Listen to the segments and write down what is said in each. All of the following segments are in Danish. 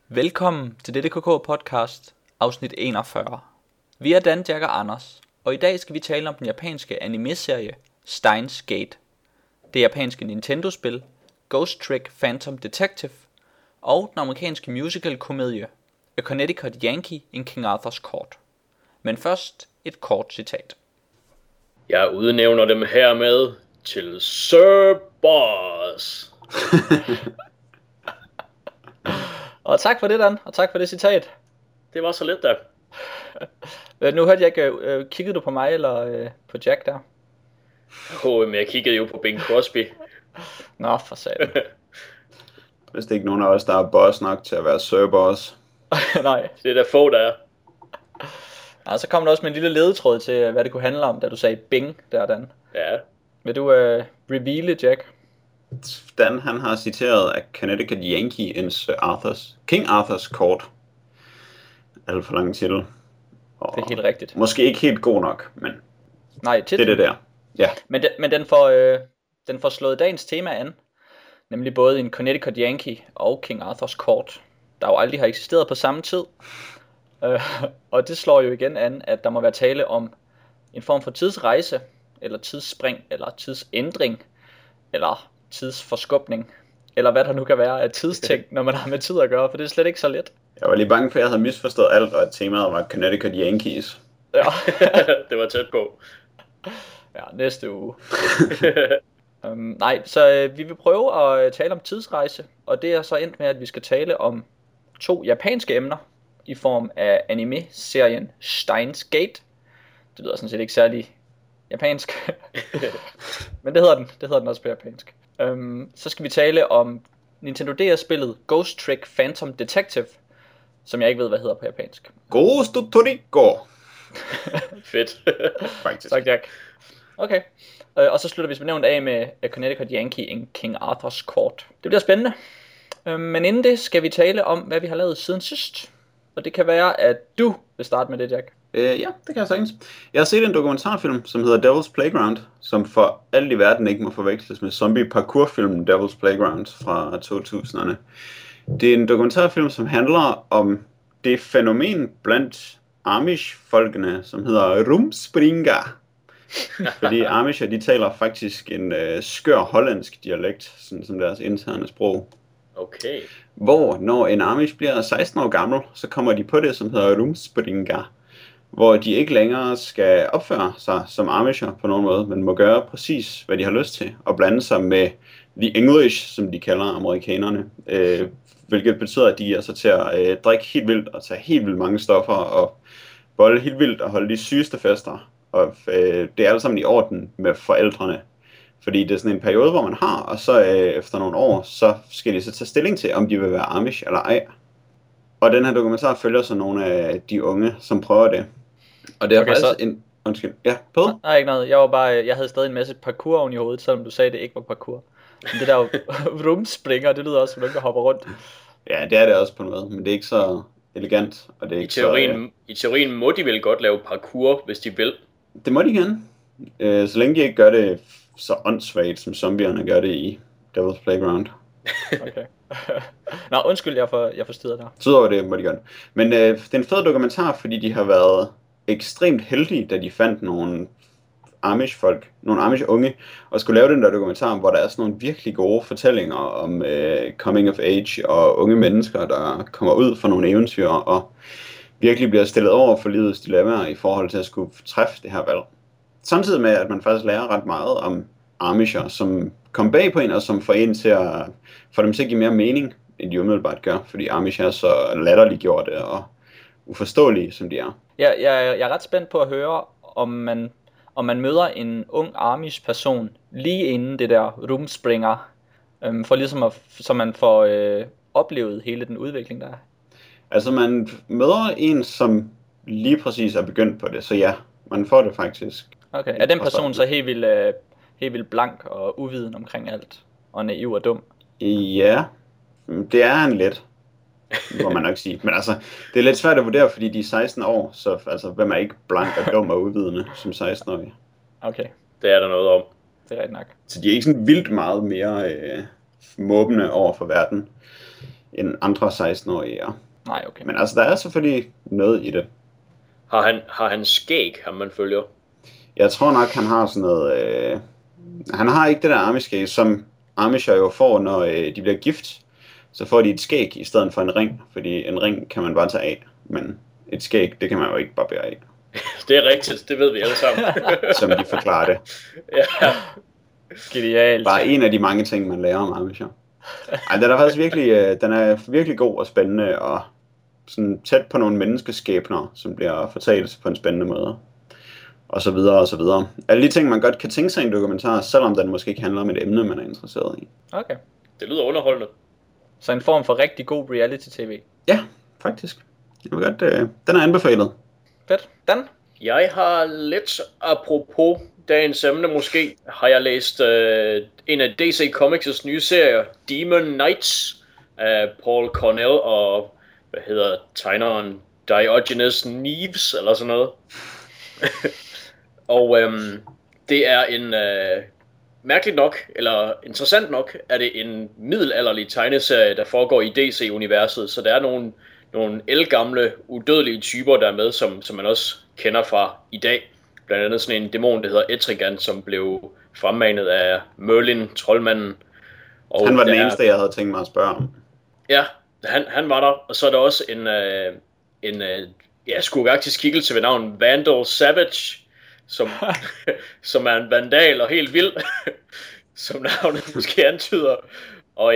Velkommen til DDKK podcast, afsnit 41. Vi er Dan, Jack og Anders, og i dag skal vi tale om den japanske anime-serie Steins Gate, det japanske Nintendo-spil Ghost Trick Phantom Detective og den amerikanske musical-komedie A Connecticut Yankee in King Arthur's Court. Men først et kort citat. Jeg udnævner dem hermed til Sir Boss. Og tak for det, Dan, og tak for det citat. Det var så lidt der. Nu hørte jeg ikke, kiggede du på mig eller på Jack der? Men jeg kiggede jo på Bing Crosby. Nå, for satan. Hvis det ikke nogen af os, der er boss nok til at være Sir Boss. Nej. Det er der få, der er. Ja, så kom der også med en lille ledetråd til, hvad det kunne handle om, da du sagde Bing der, Dan. Ja. Vil du reveale, Jack? Dan, han har citeret af Connecticut Yankee in King Arthur's Court. Alt for lang titel. Og det er helt rigtigt. Måske ikke helt god nok, men nej, det er det der. Ja. Men den får slået dagens tema an. Nemlig både en Connecticut Yankee og King Arthur's Court, der jo aldrig har eksisteret på samme tid. Og det slår jo igen an, at der må være tale om en form for tidsrejse, eller tidsspring, eller tidsændring, eller tidsforskubning, eller hvad der nu kan være af tidsting, når man har med tid at gøre, for det er slet ikke så let. Jeg var lige bange for, at jeg havde misforstået alt, og at temaet var Connecticut Yankees. Ja. Det var tæt på. Ja, næste uge. Nej, så vi vil prøve at tale om tidsrejse, og det er så endt med, at vi skal tale om 2 japanske emner i form af anime-serien Steins Gate. Det lyder sådan set ikke særlig japansk, men det hedder den også på japansk. Så skal vi tale om Nintendo DS-spillet Ghost Trick Phantom Detective, som jeg ikke ved, hvad hedder på japansk. Ghost Toriko. Fedt. Faktisk. Tak, Jack. Okay. Og så slutter vi som nævnt af med A Connecticut Yankee in King Arthur's Court. Det bliver spændende. Men inden det skal vi tale om, hvad vi har lavet siden sidst. Og det kan være, at du vil starte med det, Jack. Ja, det kan jeg sagtens. Jeg har set en dokumentarfilm, som hedder Devil's Playground, som for alt i verden ikke må forveksles med zombie-parkour-filmen Devil's Playground fra 2000'erne. Det er en dokumentarfilm, som handler om det fænomen blandt Amish-folkene, som hedder rumspringa. Fordi Amisher, de taler faktisk en skør hollandsk dialekt, sådan som deres interne sprog. Okay. Hvor når en Amish bliver 16 år gammel, så kommer de på det, som hedder rumspringa. Hvor de ikke længere skal opføre sig som Amisher på nogen måde, men må gøre præcis, hvad de har lyst til, og blande sig med the English, som de kalder amerikanerne. Hvilket betyder, at de er så til at drikke helt vildt og tage helt vildt mange stoffer og bolle helt vildt og holde de sygeste fester. Og det er alle sammen i orden med forældrene. Fordi det er sådan en periode, hvor man har, og så efter nogle år, så skal de så tage stilling til, om de vil være Amish eller ej. Og den her dokumentar følger så nogle af de unge, som prøver det. Og det er faktisk en... Undskyld. Ja, på? Nej, ikke noget. Jeg havde stadig en masse parkour oven i hovedet, selvom du sagde, at det ikke var parkour. Men det der rumspringer, det lyder også som nogen, der hopper rundt. Ja, det er det også på en måde, men det er ikke så elegant. Og det er ikke I teorien må de vel godt lave parkour, hvis de vil. Det må de gerne. Så længe de ikke gør det så åndssvagt, som zombierne gør det i Devil's Playground. Okay. Nå, undskyld, jeg forstyrrede dig. Så over det må de gøre det. Men det er en fed dokumentar, fordi de har været ekstremt heldige, da de fandt nogle Amish-folk, nogle Amish-unge, og skulle lave den der dokumentar, hvor der er sådan nogle virkelig gode fortællinger om coming of age og unge mennesker, der kommer ud for nogle eventyr og virkelig bliver stillet over for livets dilemmaer i forhold til at skulle træffe det her valg. Samtidig med, at man faktisk lærer ret meget om Amisher, som kom bag på en, og som får en til at få dem til at give mere mening, end de umiddelbart gør, fordi Amish er så latterliggjorte og uforståelige, som de er. Ja, jeg er ret spændt på at høre, om man møder en ung Amish-person lige inden det der rumspringer, for ligesom så man får oplevet hele den udvikling, der er. Altså man møder en, som lige præcis er begyndt på det, så ja, man får det faktisk. Okay, er den person så helt vildt blank og uviden omkring alt, og naiv og dum? Ja, det er han lidt, må man nok sige. Men altså, det er lidt svært at vurdere, fordi de er 16 år, så altså, hvem er ikke blank og dum og uvidende som 16-årige? Okay. Det er der noget om. Det er rigtigt nok. Så de er ikke sådan vildt meget mere måbende over for verden. end andre 16-årige er. Nej, okay. Men altså, der er selvfølgelig noget i det. Har han skæg, ham man følger? Jeg tror nok, han har sådan noget... Han har ikke det der Amish-skæg, som Amisher jo får, når de bliver gift. Så får de et skæg i stedet for en ring, fordi en ring kan man bare tage af. Men et skæg, det kan man jo ikke barbere af. Det er rigtigt, det ved vi alle sammen. Som de forklarer det. Ja. Genialt. Bare en af de mange ting, man lærer om Amisher. Ej, den er faktisk virkelig, den er virkelig god og spændende, og sådan tæt på nogle menneskeskæbner, som bliver fortalt på en spændende måde. Og så videre, og så videre. Alle de ting, man godt kan tænke sig i en dokumentar, selvom den måske ikke handler om et emne, man er interesseret i. Okay. Det lyder underholdende. Så en form for rigtig god reality-tv. Ja, faktisk. Jeg vil godt, den er anbefalet. Fedt. Dan? Jeg har lidt apropos dagens emne måske, har jeg læst en af DC Comics' nye serier, Demon Knights, af Paul Cornell og, hvad hedder tegneren, Diogenes Neves, eller sådan noget. Og det er en, mærkeligt nok, eller interessant nok, er det en middelalderlig tegneserie, der foregår i DC-universet, så der er nogle ældgamle, udødelige typer, der er med, som man også kender fra i dag. Blandt andet sådan en dæmon, der hedder Etrigan, som blev fremmanet af Merlin, troldmanden. Og han var den eneste, jeg havde tænkt mig at spørge om. Ja, han var der. Og så er der også en skurkagtig skikkelse ved navn Vandal Savage, som er en vandal og helt vild, som navnet måske antyder. Og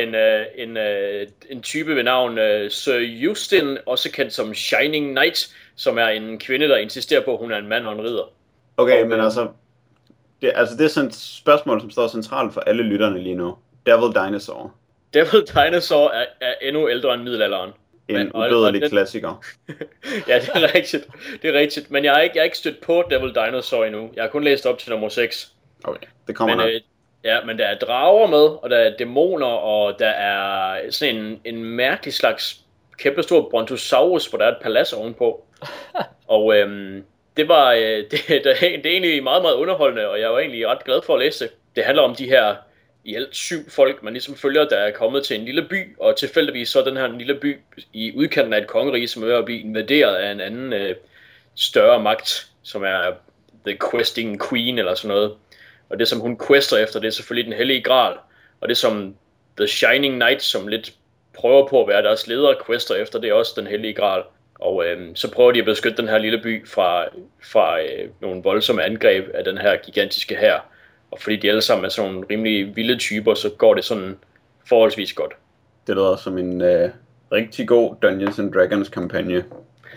en type ved navn Sir Justin, også kendt som Shining Knight, som er en kvinde, der insisterer på, at hun er en mand og en ridder. Okay, men altså det er sådan et spørgsmål, som står centralt for alle lytterne lige nu. Devil Dinosaur. Devil Dinosaur er endnu ældre end middelalderen. En udødelig klassiker. Ja, det er rigtigt. Det er rigtigt. Men jeg er ikke stødt på Devil Dinosaur endnu. Jeg har kun læst op til nummer 6. Okay, det kommer nok. Men der er drager med, og der er dæmoner, og der er sådan en mærkelig slags kæmpestor brontosaurus, hvor der er et palads ovenpå. Og det er egentlig meget, meget underholdende, og jeg var egentlig ret glad for at læse det. Det handler om de her i alt 7 folk, man ligesom følger, der er kommet til en lille by, og tilfældigvis så er den her lille by i udkanten af et kongerige, som er ved at blive invaderet af en anden større magt, som er The Questing Queen eller sådan noget. Og det som hun quester efter, det er selvfølgelig den hellige gral, og det som The Shining Knight, som lidt prøver på at være deres leder, quester efter, det er også den hellige gral. Og så prøver de at beskytte den her lille by fra nogle voldsomme angreb af den her gigantiske hær. Og fordi de alle sammen er sådan nogle rimelig vilde typer, så går det sådan forholdsvis godt. Det lyder som en rigtig god Dungeons and Dragons kampagne.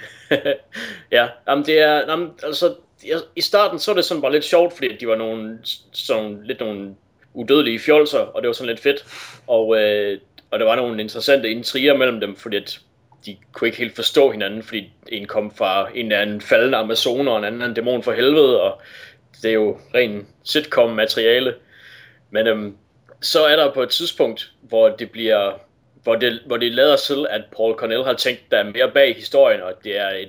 Ja, altså i starten så er det sådan bare lidt sjovt, fordi de var nogle udødelige fjolser, og det var sådan lidt fedt. Og der var nogle interessante intriger mellem dem, fordi at de kunne ikke helt forstå hinanden, fordi en kom fra en eller anden faldende amazoner, og en anden dæmon fra helvede, og det er jo ren sitcom-materiale. Men så er der på et tidspunkt, hvor det lader til, at Paul Cornell har tænkt, der er mere bag historien, og det er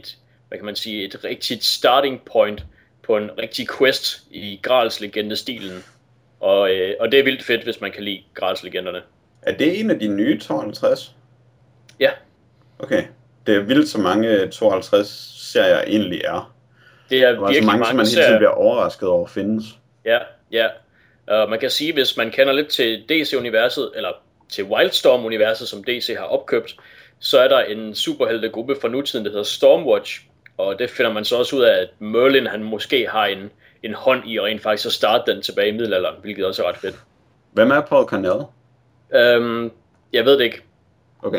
et rigtigt starting point på en rigtig quest i Grals legende-stilen. Og det er vildt fedt, hvis man kan lide Grals legenderne. Er det en af de nye 52? Ja. Okay. Det er vildt, så mange 52-serier egentlig er. Det er virkelig mange, som man hele tiden bliver overrasket over findes. Ja. Man kan sige, hvis man kender lidt til DC-universet, eller til Wildstorm-universet, som DC har opkøbt, så er der en superheltegruppe fra nutiden, der hedder Stormwatch. Og det finder man så også ud af, at Merlin han måske har en hånd i, og rent faktisk at starte den tilbage i middelalderen, hvilket også er ret fedt. Hvem er Paul Cornell? Jeg ved det ikke. Okay.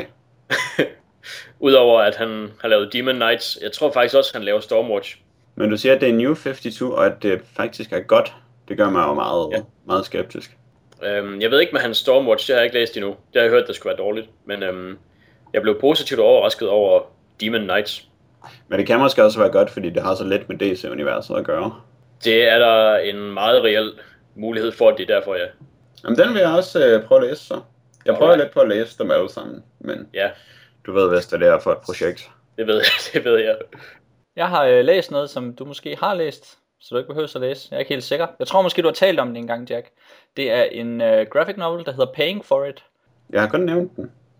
Udover at han har lavet Demon Knights. Jeg tror faktisk også, at han laver Stormwatch. Men du siger, at det er New 52, og at det faktisk er godt. Det gør mig jo meget skeptisk. Jeg ved ikke med hans Stormwatch, det har jeg ikke læst endnu. Det har jeg hørt, det skulle være dårligt. Men jeg blev positivt overrasket over Demon Knights. Men det kan måske også være godt, fordi det har så let med DC-universet at gøre. Det er der en meget reel mulighed for, at det er derfor, ja. Jamen den vil jeg også prøve at læse så. Jeg prøver lidt på at læse dem alle sammen, men ja. Du ved vist, hvad det er for et projekt. Det ved jeg. Jeg har læst noget, som du måske har læst, så du ikke behøver at læse. Jeg er ikke helt sikker. Jeg tror måske, du har talt om det engang, Jack. Det er en graphic novel, der hedder Paying for It. Jeg har kun nævnt den.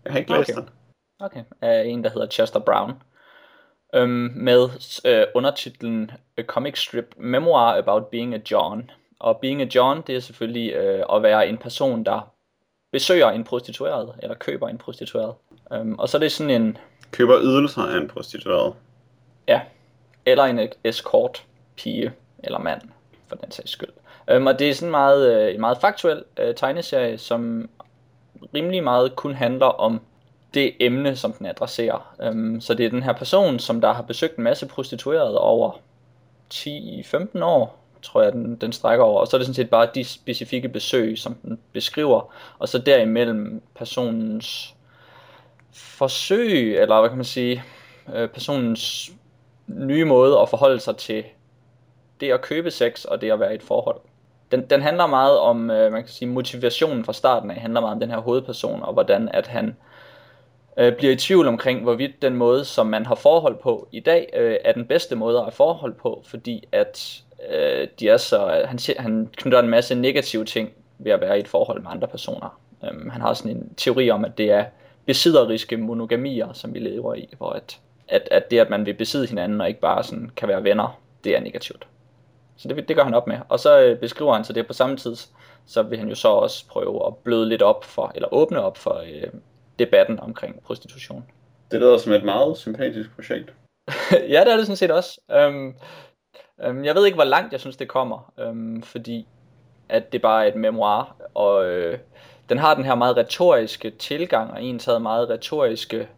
Jeg har ikke læst den. Okay, af en, der hedder Chester Brown. Med undertitlen A Comic Strip Memoir About Being a John. Og Being a John, det er selvfølgelig at være en person, der besøger en prostitueret, eller køber en prostitueret. Og så er det sådan en... Køber ydelser af en prostitueret. Ja, eller en escort pige, eller mand, for den sags skyld. Og det er sådan en meget faktuel tegneserie, som rimelig meget kun handler om det emne, som den adresserer. Så det er den her person, som der har besøgt en masse prostituerede over 10-15 år, tror jeg, den strækker over. Og så er det sådan set bare de specifikke besøg, som den beskriver. Og så derimellem personens forsøg, eller hvad kan man sige, personens nye måde at forholde sig til det at købe sex og det at være i et forhold. Den handler meget om, man kan sige, motivationen fra starten af, handler meget om den her hovedperson, og hvordan at han bliver i tvivl omkring, hvorvidt den måde, som man har forhold på i dag, er den bedste måde at have forhold på, fordi at de er så, han knytter en masse negative ting ved at være i et forhold med andre personer. Han har sådan en teori om, at det er besidderiske monogamier, som vi lever i, hvor at det, at man vil besidde hinanden og ikke bare sådan kan være venner, det er negativt. Så det gør han op med. Og så beskriver han så det på samme tid, så vil han jo så også prøve at bløde lidt op for, eller åbne op for debatten omkring prostitution. Det lyder som et meget sympatisk projekt. Ja, det er det sådan set også. Jeg ved ikke, hvor langt jeg synes, det kommer, fordi at det bare er et memoir, og den har den her meget retoriske tilgang, og en taget meget retoriske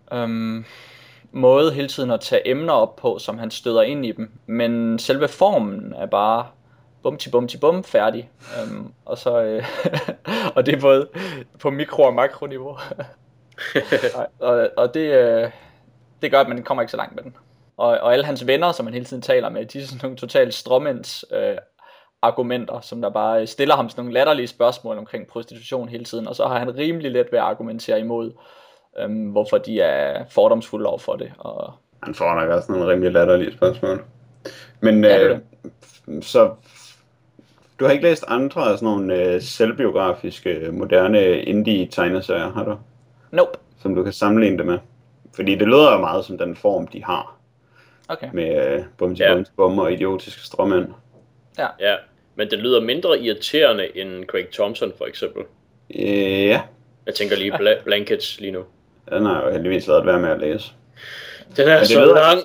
måde hele tiden at tage emner op på, som han støder ind i dem. Men selve formen er bare bum færdig. Og så og det er både på mikro- og makroniveau. og det gør, at man kommer ikke så langt med den. Og alle hans venner, som han hele tiden taler med, de er sådan nogle totalt stråmænds argumenter, som der bare stiller ham sådan nogle latterlige spørgsmål omkring prostitution hele tiden, og så har han rimelig let ved at argumentere imod, hvorfor de er fordomsfulde over for det. Og han får nok også nogle rimelig latterlige spørgsmål. Men så du har ikke læst andre af sådan nogle selvbiografiske, moderne indie-tegneserier, har du? Nope. Som du kan sammenligne det med? Fordi det lyder jo meget som den form, de har. Okay. Med bum og idiotiske stråmænd. Ja, men det lyder mindre irriterende end Craig Thompson for eksempel. Ja. Jeg tænker lige Blankets lige nu. Den har jo heldigvis været værd med at læse. Den er så lang.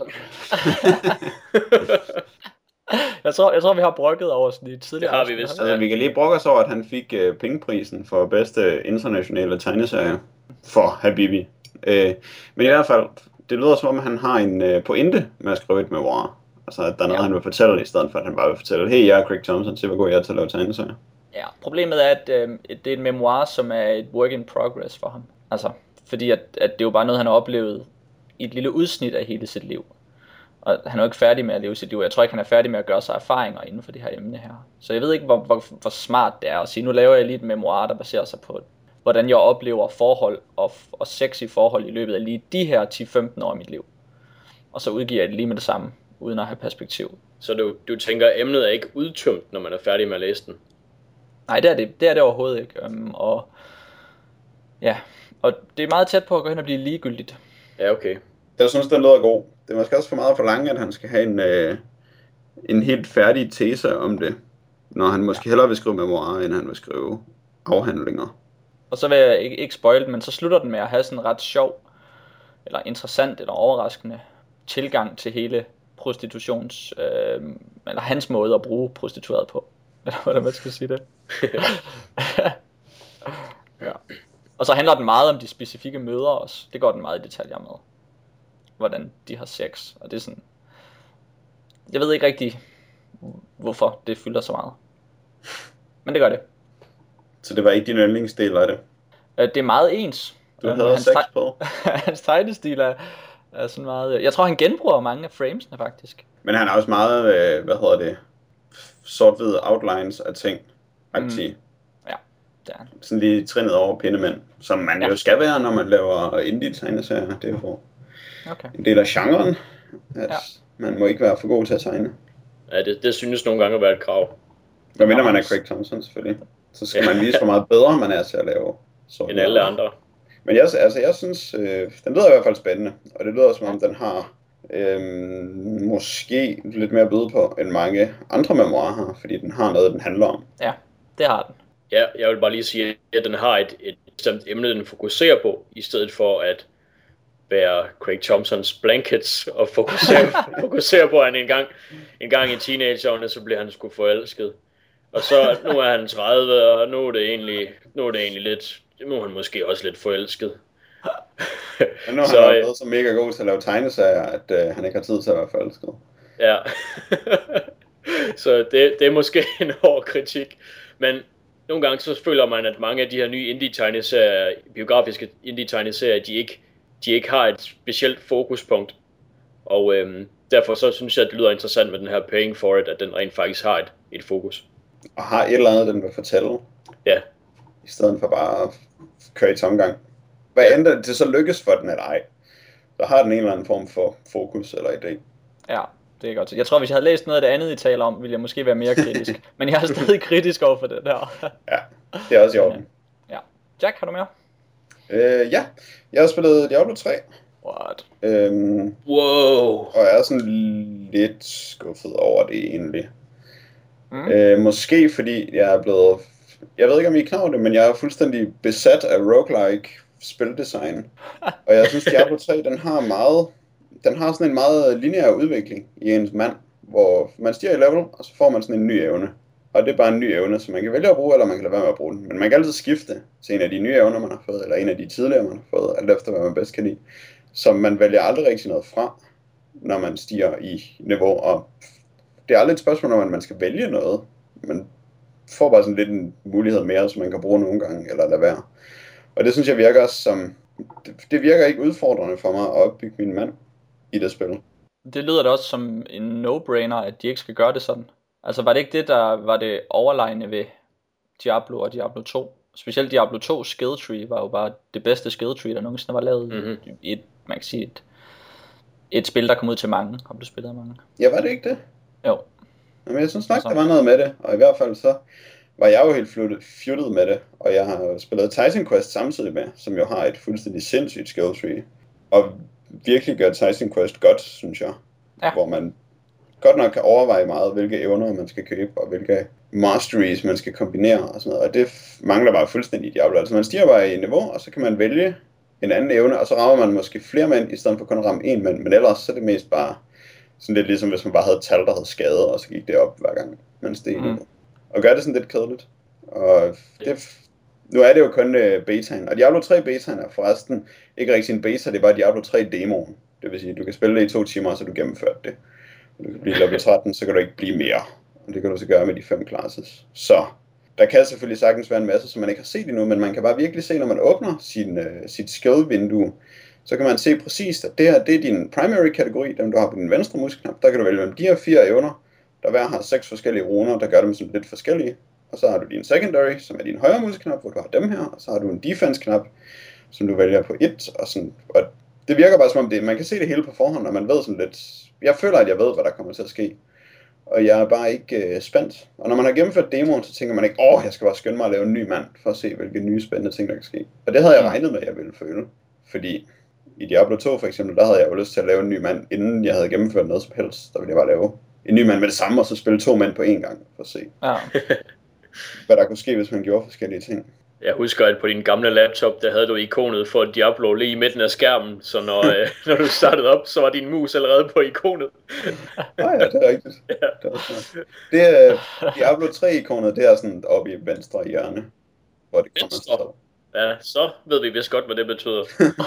Jeg tror vi har brokket over sådan i tidligere. Det har vi vist. Altså, vi kan lige brokke os over, at han fik pengeprisen for bedste internationale tegneserie for Habibi. Men i hvert fald, det lyder som om, han har en pointe med at skrive et memoir. Altså, at der er noget, han vil fortælle, i stedet for, at han bare vil fortælle, hey, jeg er Craig Thompson, se hvor god jeg er til at lave tegneserier. Ja, problemet er, at det er et memoir, som er et work in progress for ham. Altså, fordi at det er jo bare noget, han har oplevet i et lille udsnit af hele sit liv. Og han er jo ikke færdig med at leve sit liv. Jeg tror ikke, han er færdig med at gøre sig erfaringer inden for det her emne her. Så jeg ved ikke, hvor smart det er at sige, nu laver jeg lige et memoir, der baserer sig på, hvordan jeg oplever forhold og sex i forhold i løbet af lige de her 10-15 år i mit liv. Og så udgiver jeg det lige med det samme, uden at have perspektiv. Så du tænker, at emnet er ikke udtømt, når man er færdig med at læse den? Nej, det er det overhovedet ikke. Og det er meget tæt på at gå hen og blive ligegyldigt. Ja, okay. Jeg synes, den lyder god. Det er måske også for meget for langt, at han skal have en helt færdig tese om det, når han måske hellere vil skrive memoirer, end han vil skrive afhandlinger. Og så vil jeg ikke spoil den, men så slutter den med at have sådan en ret sjov, eller interessant, eller overraskende tilgang til hele prostitutions, eller hans måde at bruge prostitueret på. Eller hvordan man skal sige det. Ja. Og så handler den meget om de specifikke møder også. Det går den meget i detaljer med. Hvordan de har sex. Og det er sådan... Jeg ved ikke rigtig, hvorfor det fylder så meget. Men det gør det. Så det var ikke din yndlingsdel af det? Det er meget ens. Du havde sex på? Hans tegnestil er sådan meget... Jeg tror, han genbruger mange af framesene, faktisk. Men han er også meget, sort-hvide outlines af ting. Aktiv. Ja, det er han. Sådan lige trinnet over pindemænd, som man jo skal være, når man laver indie-tegneserier. Det er jo en del af genren, at man må ikke være for god til at tegne. Ja, det synes nogle gange at være et krav. Hvad mindre man er Craig Thompson, selvfølgelig. Så skal man vise, hvor meget bedre man er til at lave end alle andre. Men jeg synes, den lyder i hvert fald spændende, og det lyder som om den har måske lidt mere at byde på, end mange andre memoirer har, fordi den har noget, den handler om. Ja, det har den. Ja, jeg vil bare lige sige, at den har et bestemt emne, den fokuserer på, i stedet for at være Craig Thompsons blankets og fokusere på, at han en gang i teenageårene, så bliver han sgu forelsket. Og så nu er han 30, og nu er det egentlig lidt, nu er han måske også lidt forelsket. Men nu har han været så mega god til at lave tegneserier, at han ikke har tid til at være forelsket. Ja, så det er måske en hård kritik, men nogle gange så føler man, at mange af de her nye indie-tegneserier, biografiske indie-tegneserier, de ikke har et specielt fokuspunkt, og derfor så synes jeg, at det lyder interessant med den her Paying for It, at den rent faktisk har et fokus. Og har et eller andet, den vil fortælle. Ja. I stedet for bare at køre i tomgang. Hvad end det så lykkes for den eller ej, så har den en eller anden form for fokus eller idé. Ja, det er godt. Jeg tror, hvis jeg havde læst noget af det andet, I taler om, ville jeg måske være mere kritisk. Men jeg er stadig kritisk over for det der. Ja, det er også i orden. Ja. Jack, har du mere? Ja, jeg har spillet Diablo 3. What? Wow. Og jeg er sådan lidt skuffet over det egentlig. Måske fordi jeg er blevet... Jeg ved ikke, om I er klar over det, men jeg er fuldstændig besat af roguelike spildesign. Og jeg synes, Diablo 3, den har sådan en meget lineær udvikling i ens mand, hvor man stiger i level, og så får man sådan en ny evne. Og det er bare en ny evne, som man kan vælge at bruge, eller man kan lade være med at bruge den. Men man kan altid skifte til en af de nye evner, man har fået, eller en af de tidligere, man har fået, alt efter hvad man bedst kan lide. Så man vælger aldrig rigtig noget fra, når man stiger i niveau. Og det er aldrig et spørgsmål om, at man skal vælge noget. Man får bare sådan lidt en mulighed mere, som man kan bruge nogle gange, eller lade være. Og det synes jeg virker som... Det virker ikke udfordrende for mig at opbygge min mand i det spil. Det lyder da også som en no-brainer, at de ikke skal gøre det sådan. Altså var det ikke det, der var det overlegne ved Diablo og Diablo 2? Specielt Diablo 2 skill tree var jo bare det bedste skill tree, der nogensinde var lavet i man kan sige et spil, der kom ud til mange. Har du spillet mange? Ja, var det ikke det? Jo. Men jeg synes nok, der var noget med det, og i hvert fald så var jeg jo helt fjuttet med det, og jeg har spillet Titan Quest samtidig med, som jo har et fuldstændig sindssygt skill tree, og virkelig gør Titan Quest godt, synes jeg, hvor man godt nok kan overveje meget, hvilke evner man skal købe, og hvilke masteries man skal kombinere og sådan noget, og det mangler bare fuldstændig i Diablo. Altså man stiger bare i niveau, og så kan man vælge en anden evne, og så rammer man måske flere mænd, i stedet for kun at ramme én mænd, men ellers så er det mest bare sådan lidt ligesom, hvis man bare havde et tal, der havde skade, og så gik det op hver gang, man steg i niveau. Og gør det sådan lidt kedeligt. Og nu er det jo kun betaen, og Diablo 3 betaen er forresten ikke rigtig en beta, det var Diablo 3 demoen. Det vil sige, at du kan spille det i 2 timer, så du gennemført det. Og du kan blive level 13, så kan du ikke blive mere. Og det kan du så gøre med de 5 classes. Så der kan selvfølgelig sagtens være en masse, som man ikke har set endnu, men man kan bare virkelig se, når man åbner sit skill-vindue, så kan man se præcist, at det her, det er din primary kategori, dem du har på din venstre musknap. Der kan du vælge mellem de her 4 evner, der hver har 6 forskellige runer, der gør dem sådan lidt forskellige. Og så har du din secondary, som er din højre musknap, hvor du har dem her, og så har du en defense-knap, som du vælger på 1, og sådan, og det virker bare som om man kan se det hele på forhånd, og man ved sådan lidt, jeg føler, at jeg ved, hvad der kommer til at ske, og jeg er bare ikke spændt. Og når man har gennemført demoen, så tænker man ikke, jeg skal bare skynde mig at lave en ny mand, for at se, hvilke nye spændende ting, der kan ske. Og det havde jeg regnet med, at jeg ville føle, fordi i Diablo 2 for eksempel, der havde jeg jo lyst til at lave en ny mand, inden jeg havde gennemført noget som helst. Der ville jeg bare lave en ny mand med det samme, og så spille 2 mænd på én gang, for at se, hvad der kunne ske, hvis man gjorde forskellige ting. Jeg husker, at på din gamle laptop, der havde du ikonet for Diablo lige i midten af skærmen, så når du startede op, så var din mus allerede på ikonet. Ja, det er rigtigt. Ja. Det er Diablo 3-ikonet, det er sådan oppe i venstre hjørne, hvor det kommer til. Ja, så ved vi vist godt, hvad det betyder.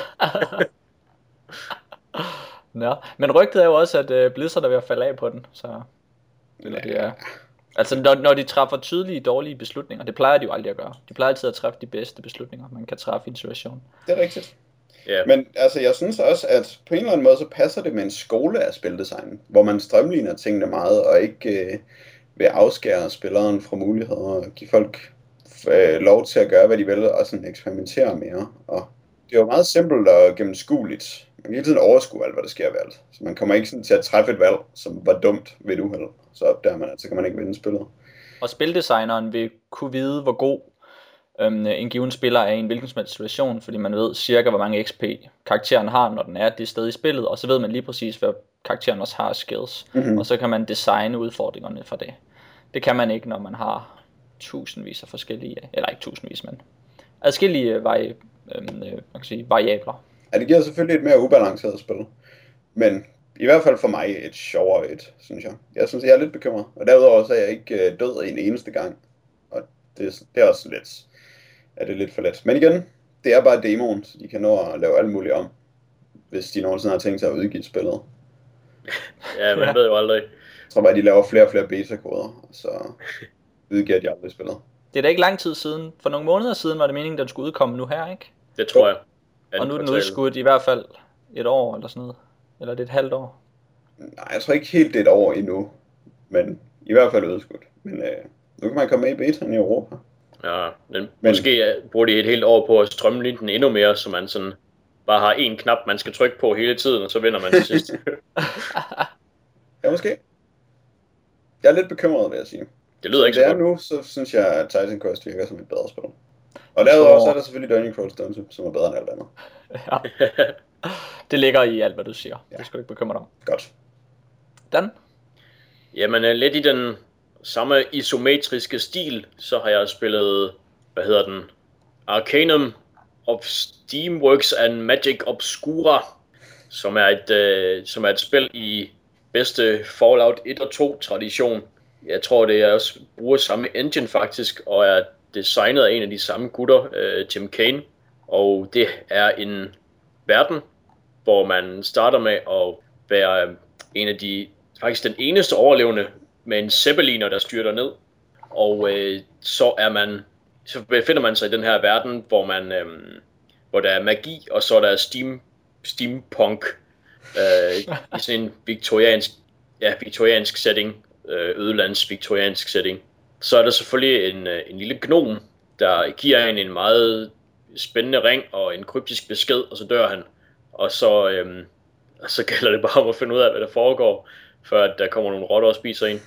Ja, men rygtet er jo også, at Blizzard er ved at falde af på den, så det er... Altså når de træffer tydelige dårlige beslutninger, det plejer de jo aldrig at gøre. De plejer altid at træffe de bedste beslutninger, man kan træffe i en situation. Det er rigtigt. Yeah. Men altså, jeg synes også, at på en eller anden måde, så passer det med en skole af spildesign, hvor man strømligner tingene meget, og ikke vil afskære spilleren fra muligheder, og give folk lov til at gøre, hvad de vil, og sådan eksperimentere mere. Og det er jo meget simpelt og gennemskueligt. Man kan hele tiden overskue alt, hvad der sker ved alt. Så man kommer ikke sådan til at træffe et valg, som var dumt ved et uheld. Så opdager man, at så kan man ikke vinde spillet. Og spildesigneren vil kunne vide, hvor god en given spiller er i en hvilken som helst situation, fordi man ved cirka, hvor mange XP karakteren har, når den er det sted i spillet, og så ved man lige præcis, hvad karakteren også har skills, og så kan man designe udfordringerne for det. Det kan man ikke, når man har tusindvis af forskellige, eller ikke tusindvis, men adskillige variabler. Ja, det giver selvfølgelig et mere ubalanceret spil, men i hvert fald for mig et sjovere synes jeg. Jeg synes, jeg er lidt bekymret, og derudover så er jeg ikke død en eneste gang, og det er også lidt for let. Men igen, det er bare demoen, så de kan nå at lave alt muligt om, hvis de nogensinde har tænkt sig at udgive spillet. Ja, man ved jo aldrig. Jeg tror bare, de laver flere og flere beta-koder, og så udgiver de aldrig spillet. Det er da ikke lang tid siden. For nogle måneder siden var det meningen, den skulle udkomme nu her, ikke? Det tror jeg. Og nu er den udskudt i hvert fald et år eller sådan noget. Eller det er et halvt år. Nej, jeg tror ikke helt det er et år endnu. Men i hvert fald udskudt. Men nu kan man komme med i betaen i Europa. Ja, men måske bruger de et helt år på at strømline den endnu mere, så man sådan bare har en knap, man skal trykke på hele tiden, og så vinder man til sidst. Ja, måske. Jeg er lidt bekymret, vil jeg sige. Det lyder ikke så godt. Nu, så synes jeg, at Titan Quest virker som et bedre spil. Og derudover så er der selvfølgelig Dungeon Crawl Stone, som er bedre end alt andet. Ja. Det ligger i alt, hvad du siger. Ja. Det skal du ikke bekymre dig om. Godt. Dan? Jamen, lidt i den samme isometriske stil, så har jeg spillet, Arcanum of Steamworks and Magic Obscura, som er et spil i bedste Fallout 1 og 2 tradition. Jeg tror, det er også bruger samme engine faktisk, og er designet af en af de samme gutter, Tim Kane. Og det er en verden, hvor man starter med at være en af faktisk den eneste overlevende med en zeppeliner, der styrter ned. Og så befinder man sig i den her verden, hvor der er magi, og så er der steampunk i sådan en viktoriansk setting, ødelands viktoriansk setting. Så er der selvfølgelig en lille gnom, der giver en meget spændende ring og en kryptisk besked, og så dør han. Og så gælder det bare om at finde ud af, hvad der foregår, før at der kommer nogle rotter og spiser en.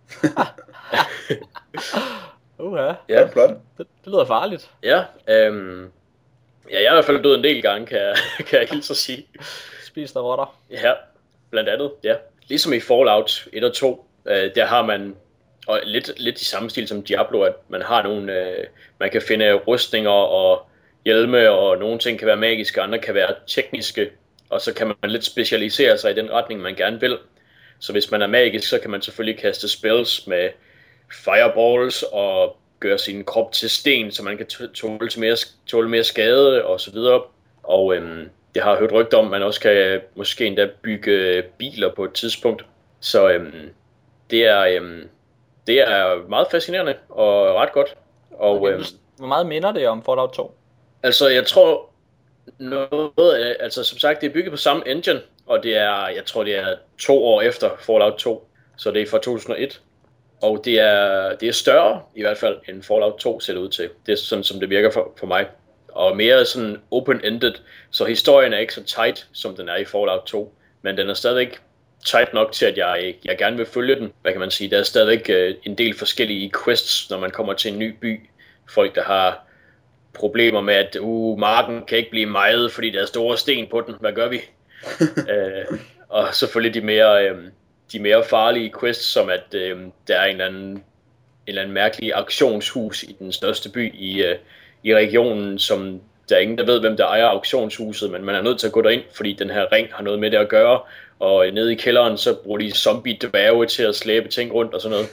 Ja, flot. Det lyder farligt. Ja, jeg er i hvert fald død en del gange, kan jeg hilse at sige. Spis der rotter. Ja, blandt andet, ja. Ligesom i Fallout 1 og 2, der har man, og lidt i samme stil som Diablo, at man har nogle, man kan finde rustninger og hjelme, og nogle ting kan være magiske, andre kan være tekniske, og så kan man lidt specialisere sig i den retning, man gerne vil. Så hvis man er magisk, så kan man selvfølgelig kaste spells med fireballs og gøre sin krop til sten, så man kan tåle mere skade og så videre. Og jeg har hørt rygter om, at man også kan måske endda bygge biler på et tidspunkt. Så det er meget fascinerende og ret godt. Og hvor meget minder det om Fallout 2? Altså, jeg tror noget, altså som sagt, det er bygget på samme engine, og jeg tror det er 2 år efter Fallout 2, så det er fra 2001. Og det er større i hvert fald end Fallout 2 ser det ud til. Det er sådan som det virker for mig. Og mere sådan open-ended, så historien er ikke så tight som den er i Fallout 2, men den er stadigvæk tight nok til at jeg gerne vil følge den. Hvad kan man sige? Der er stadigvæk en del forskellige quests, når man kommer til en ny by. Folk der har problemer med at marken kan ikke blive mejet, fordi der er store sten på den. Hvad gør vi? Og selvfølgelig de mere farlige quests, som at der er en eller anden mærkelig auktionshus i den største by i regionen, som der er ingen, der ved, hvem der ejer auktionshuset, men man er nødt til at gå derind, fordi den her ring har noget med det at gøre, og nede i kælderen, så bruger de zombie-dværge til at slæbe ting rundt og sådan noget.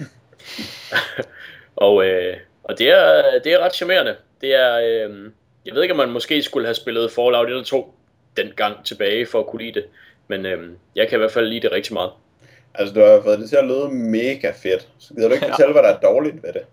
og det er ret charmerende. Det er, jeg ved ikke, om man måske skulle have spillet Fallout 1 eller 2 den gang tilbage for at kunne lide det, men jeg kan i hvert fald lide det rigtig meget. Altså, du har fået det til at lyde mega fedt. Så gider du ikke fortælle, hvad der er dårligt ved det?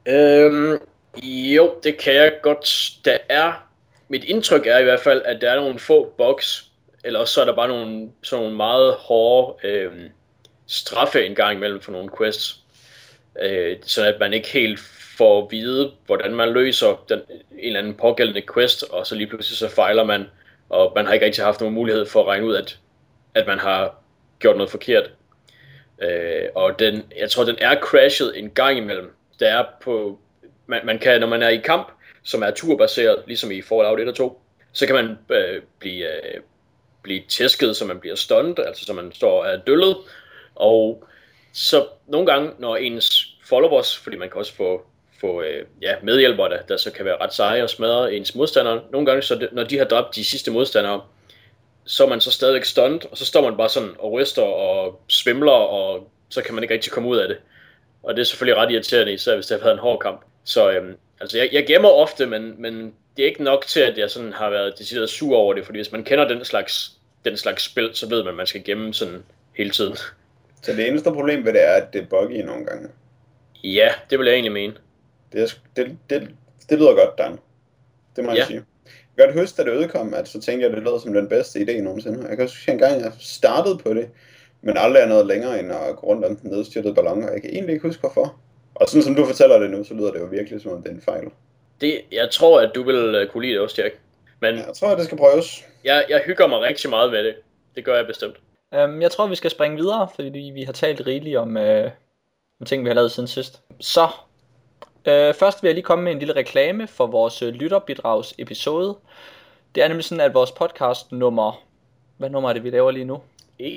Jo, det kan jeg godt. Mit indtryk er i hvert fald, at der er nogle få bugs, eller også så er der bare sådan nogle meget hårde straffe en gang imellem for nogle quests. Så at man ikke helt får at vide, hvordan man løser en eller anden pågældende quest, og så lige pludselig så fejler man, og man har ikke rigtig haft nogen mulighed for at regne ud, at man har gjort noget forkert. Og jeg tror, den er crashet en gang imellem. Der er man kan, når man er i kamp, som er turbaseret, ligesom i Fallout 1 og 2. Så kan man blive tæsket, så man bliver stunned, altså så man står af døllet. Og så nogle gange, når ens followers, fordi man kan også få medhjælpere, der så kan være ret seje og smadre ens modstandere. Nogle gange, så når de har dræbt de sidste modstandere, så er man så stadigvæk stunned, og så står man bare sådan og ryster og svimler, og så kan man ikke rigtig komme ud af det. Og det er selvfølgelig ret irriterende, især hvis det har været en hård kamp. Så altså jeg gemmer ofte, men det er ikke nok til, at jeg sådan har været decideret sur over det, fordi hvis man kender den slags spil, så ved man, at man skal gemme sådan hele tiden. Så det eneste problem ved det er, at det er buggy nogle gange? Ja, det vil jeg egentlig mene. Det lyder godt, Dan. Det må jeg sige. Jeg kan godt huske, da det udkom, at så tænkte jeg, at det lød som den bedste idé nogensinde. Jeg kan huske en gang, jeg startede på det, men aldrig er noget længere end at gå rundt om den nedstyrtede ballon, og jeg kan egentlig ikke huske hvorfor. Og sådan som du fortæller det nu, så lyder det jo virkelig som om det er en fejl. Jeg tror, at du vil kunne lide det også, Jack. Men jeg tror, at det skal prøves. Jeg hygger mig rigtig meget ved det. Det gør jeg bestemt. Jeg tror, vi skal springe videre, fordi vi har talt rigeligt om ting, vi har lavet siden sidst. Så først vil jeg lige komme med en lille reklame for vores lytterbidrags episode. Det er nemlig sådan, at vores podcast nummer... Hvad nummer er det, vi laver lige nu?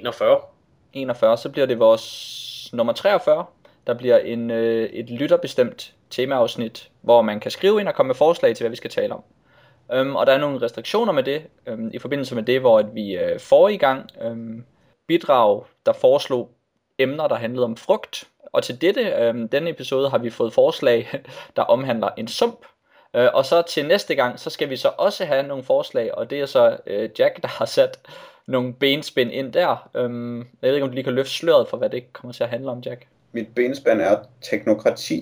41. Så bliver det vores nummer 43. Der bliver et lytterbestemt temaafsnit, hvor man kan skrive ind og komme med forslag til, hvad vi skal tale om. Og der er nogle restriktioner med det, i forbindelse med det, hvor vi forrige gang bidrag, der foreslog emner, der handlede om frugt. Og til denne episode har vi fået forslag, der omhandler en sump. Og så til næste gang, så skal vi så også have nogle forslag, og det er så Jack, der har sat nogle benspænd ind der. Jeg ved ikke, om du lige kan løfte sløret for, hvad det kommer til at handle om, Jack. Mit benspænd er teknokrati.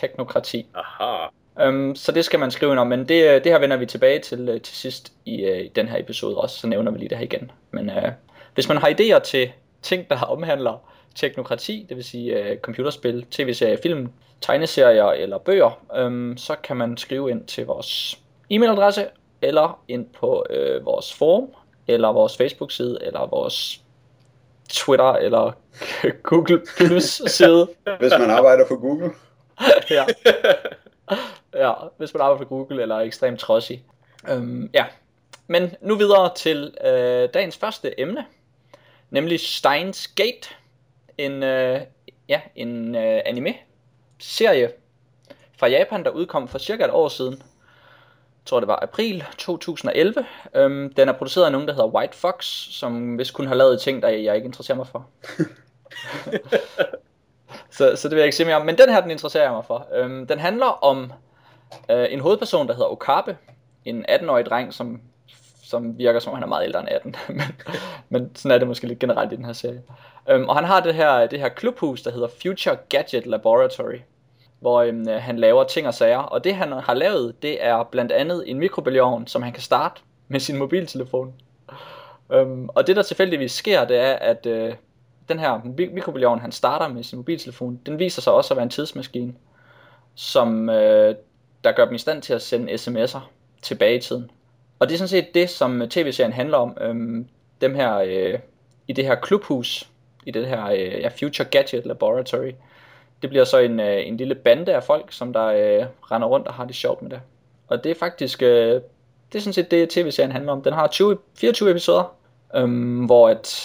Aha. Så det skal man skrive ind om, men det her vender vi tilbage til sidst i den her episode også, så nævner vi lige det her igen. Men hvis man har idéer til ting, der omhandler teknokrati, det vil sige computerspil, tv-serier, film, tegneserier eller bøger, så kan man skrive ind til vores e-mailadresse, eller ind på vores forum, eller vores Facebook-side, eller vores Twitter, eller Google Plus side. Hvis man arbejder for Google. Ja, hvis man arbejder for Google, eller er ekstremt trodsig. Men nu videre til dagens første emne, nemlig Steins Gate. En anime-serie fra Japan, der udkom for cirka et år siden. Jeg tror det var april 2011. Den er produceret af nogen, der hedder White Fox, som vist kun har lavet ting, der jeg ikke interesserer mig for. så det vil jeg ikke sige mere om. Men den her, den interesserer jeg mig for. Den handler om en hovedperson, der hedder Okabe. En 18-årig dreng, som virker som han er meget ældre end 18. men sådan er det måske lidt generelt i den her serie. Og han har det her klubhus, der hedder Future Gadget Laboratory, hvor han laver ting og sager. Og det han har lavet, det er blandt andet en mikrobølgeovn, som han kan starte med sin mobiltelefon. Og det der tilfældigvis sker, det er, at den her mikrobølgeovn, han starter med sin mobiltelefon, den viser sig også at være en tidsmaskine, som der gør dem i stand til at sende sms'er tilbage i tiden. Og det er sådan set det, som tv-serien handler om. Dem her i det her klubhus, i det her Future Gadget Laboratory. Det bliver så en lille bande af folk, som der render rundt og har det sjovt med det. Og det er faktisk, det er sådan set det, tv-serien handler om. Den har 24 episoder, hvor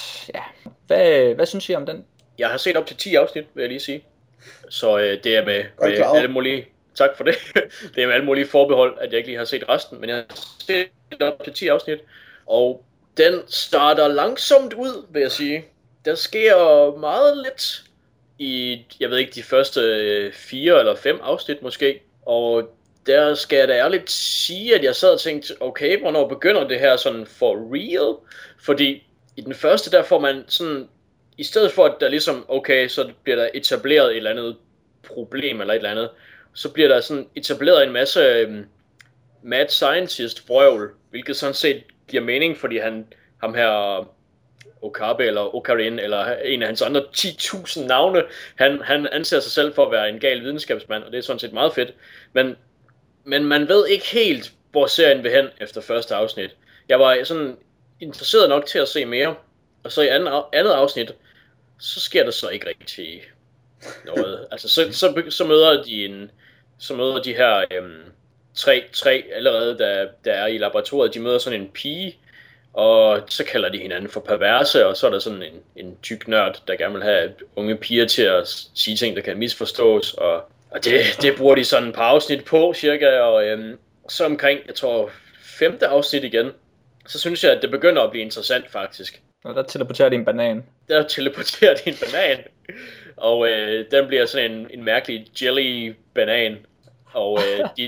hvad synes I om den? Jeg har set op til 10 afsnit, vil jeg lige sige. Så det er med alle mulige... Tak for det. Det er med alle mulige forbehold, at jeg ikke lige har set resten, men jeg har set op til 10 afsnit. Og den starter langsomt ud, vil jeg sige. Der sker meget lidt i, jeg ved ikke, de første 4 eller 5 afsnit måske. Og der skal jeg da ærligt sige, at jeg sad og tænkte, okay, hvornår begynder det her sådan for real? Fordi i den første, der får man sådan, i stedet for at der ligesom, okay, så bliver der etableret et eller andet problem eller et eller andet, så bliver der sådan etableret en masse mad scientist brøvl, hvilket sådan set giver mening, fordi ham her Okabe eller Okarin eller en af hans andre 10.000 navne, han anser sig selv for at være en gal videnskabsmand, og det er sådan set meget fedt. Men man ved ikke helt, hvor serien vil hen efter første afsnit. Jeg var sådan interesseret nok til at se mere, og så i andet afsnit, så sker der så ikke rigtig noget. Altså så møder de her tre allerede, der er i laboratoriet. De møder sådan en pige, og så kalder de hinanden for perverse, og så er der sådan en tyk nørd, der gerne vil have unge piger til at sige ting, der kan misforstås, og det bruger de sådan et par afsnit på, cirka, og så omkring, jeg tror, 5. afsnit igen, så synes jeg, at det begynder at blive interessant, faktisk. Og der teleporterer de en banan. Der teleporterer de en banan, og den bliver sådan en mærkelig jelly-banan, og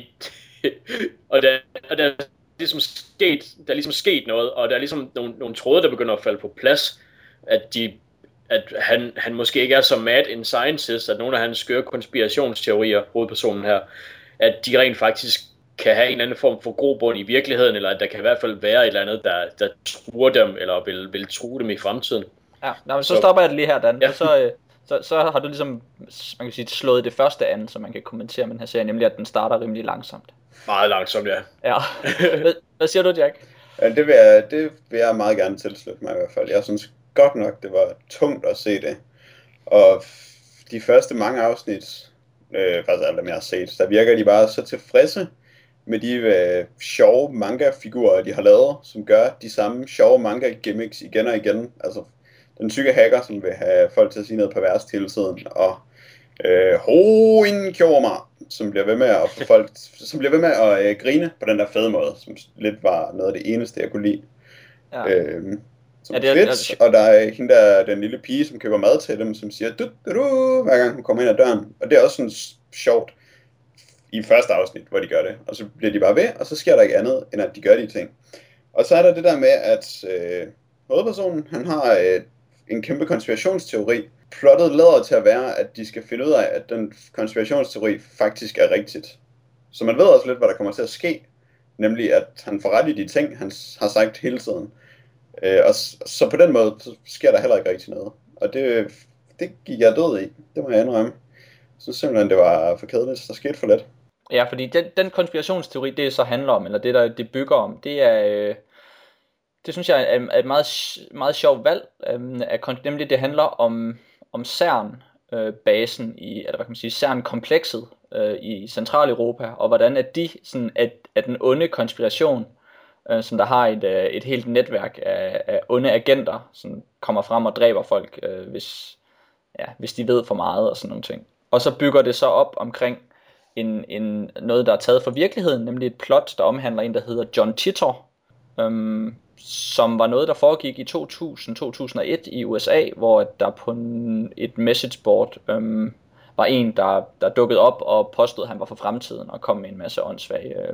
der er ligesom sket noget, og der er ligesom nogle tråde, der begynder at falde på plads, at han måske ikke er så mad in scientist, at nogle af hans skøre konspirationsteorier, hovedpersonen her, at de rent faktisk kan have en eller anden form for grobund i virkeligheden, eller at der kan i hvert fald være et eller andet, der truer dem, eller vil true dem i fremtiden. Ja, men så stopper jeg det lige her, Dan. Ja. Så har du ligesom, man kan sige, slået det første an, så man kan kommentere med den her serie, nemlig at den starter rimelig langsomt. Meget langsomt, ja. Ja. Hvad siger du, Jack? Ja, det vil jeg meget gerne tilslutte mig i hvert fald. Jeg synes godt nok, det var tungt at se det. Og de første mange afsnit, faktisk alt dem jeg har set, der virker de bare så tilfredse med de sjove manga-figurer, de har lavet, som gør de samme sjove manga-gimmicks igen og igen. Altså den syge hacker, som vil have folk til at sige noget perverst hele tiden, og Hoin Kjormar, som bliver ved med at få folk, som bliver ved med at grine på den der fede måde, som lidt var noget af det eneste, jeg kunne lide. Ja. Som ja, fedt, og der er hende der, den lille pige, som køber mad til dem, som siger du, hver gang hun kommer ind ad døren. Og det er også sådan sjovt i første afsnit, hvor de gør det. Og så bliver de bare ved, og så sker der ikke andet, end at de gør de ting. Og så er der det der med, at hovedpersonen, han har en kæmpe konspirationsteori. Plottet lader til at være, at de skal finde ud af, at den konspirationsteori faktisk er rigtigt. Så man ved også lidt, hvad der kommer til at ske. Nemlig, at han får ret i de ting, han har sagt hele tiden. Og så på den måde, så sker der heller ikke rigtig noget. Og det gik jeg død i. Det må jeg indrømme. Så simpelthen, det var for kedeligt. Der skete for lidt. Ja, fordi den konspirationsteori, det så handler om, eller det bygger om, det er... Det synes jeg er et meget, meget sjovt valg. Nemlig det handler om CERN-basen eller hvad kan man sige, CERN-komplekset i Centraleuropa, og hvordan at de sådan at den onde konspiration, som der har et helt netværk af onde agenter, som kommer frem og dræber folk, hvis de ved for meget og sådan nogle ting. Og så bygger det så op omkring noget, der er taget fra virkeligheden, nemlig et plot, der omhandler en, der hedder John Titor, som var noget, der foregik i 2000-2001 i USA, hvor der på et messageboard var en, der dukkede op og påstod, at han var fra fremtiden, og kom med en masse åndssvage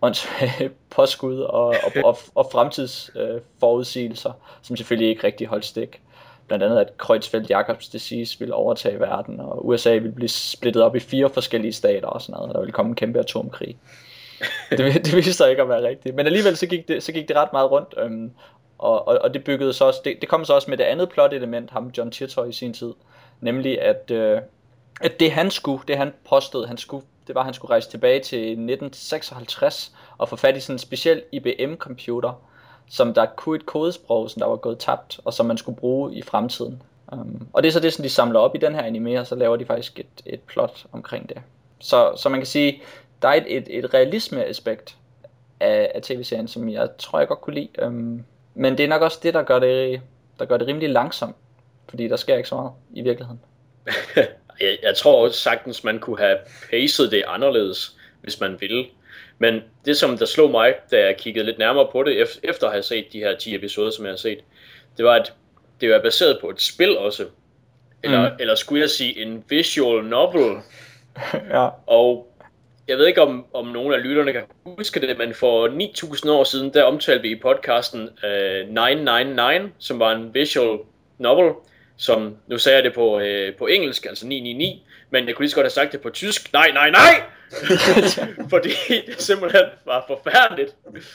påskud og fremtidsforudsigelser, som selvfølgelig ikke rigtig holdt stik. Blandt andet, at Creutzfeldt-Jakobs disease ville overtage verden, og USA ville blive splittet op i 4 forskellige stater og sådan noget, og der ville komme en kæmpe atomkrig. Det viste sig ikke at være rigtigt, men alligevel så gik det ret meget rundt, og det byggede så også, det kom så også med det andet plot element, ham John Titor i sin tid, nemlig at det han påstod han skulle, det var at han skulle rejse tilbage til 1956 og få fat i sådan en speciel IBM computer, som der kunne et kodesprog, som der var gået tabt, og som man skulle bruge i fremtiden. Og det er så det, som de samler op i den her anime, og så laver de faktisk et plot omkring det. Så man kan sige, der er et realisme-aspekt af tv-serien, som jeg tror, jeg godt kunne lide. Men det er nok også det, der gør det rimelig langsomt, fordi der sker ikke så meget i virkeligheden. Jeg tror også sagtens, man kunne have paced det anderledes, hvis man ville. Men det, som der slog mig, da jeg kiggede lidt nærmere på det, efter at have set de her 10 episoder, som jeg har set, det var, at det var baseret på et spil også. Eller skulle jeg sige en visual novel. Ja. Og jeg ved ikke, om nogle af lytterne kan huske det, men for 9.000 år siden, der omtalte vi i podcasten 999, som var en visual novel, som, nu sagde jeg det på engelsk, altså 999, men jeg kunne lige så godt have sagt det på tysk, nej! Fordi det simpelthen var forfærdeligt.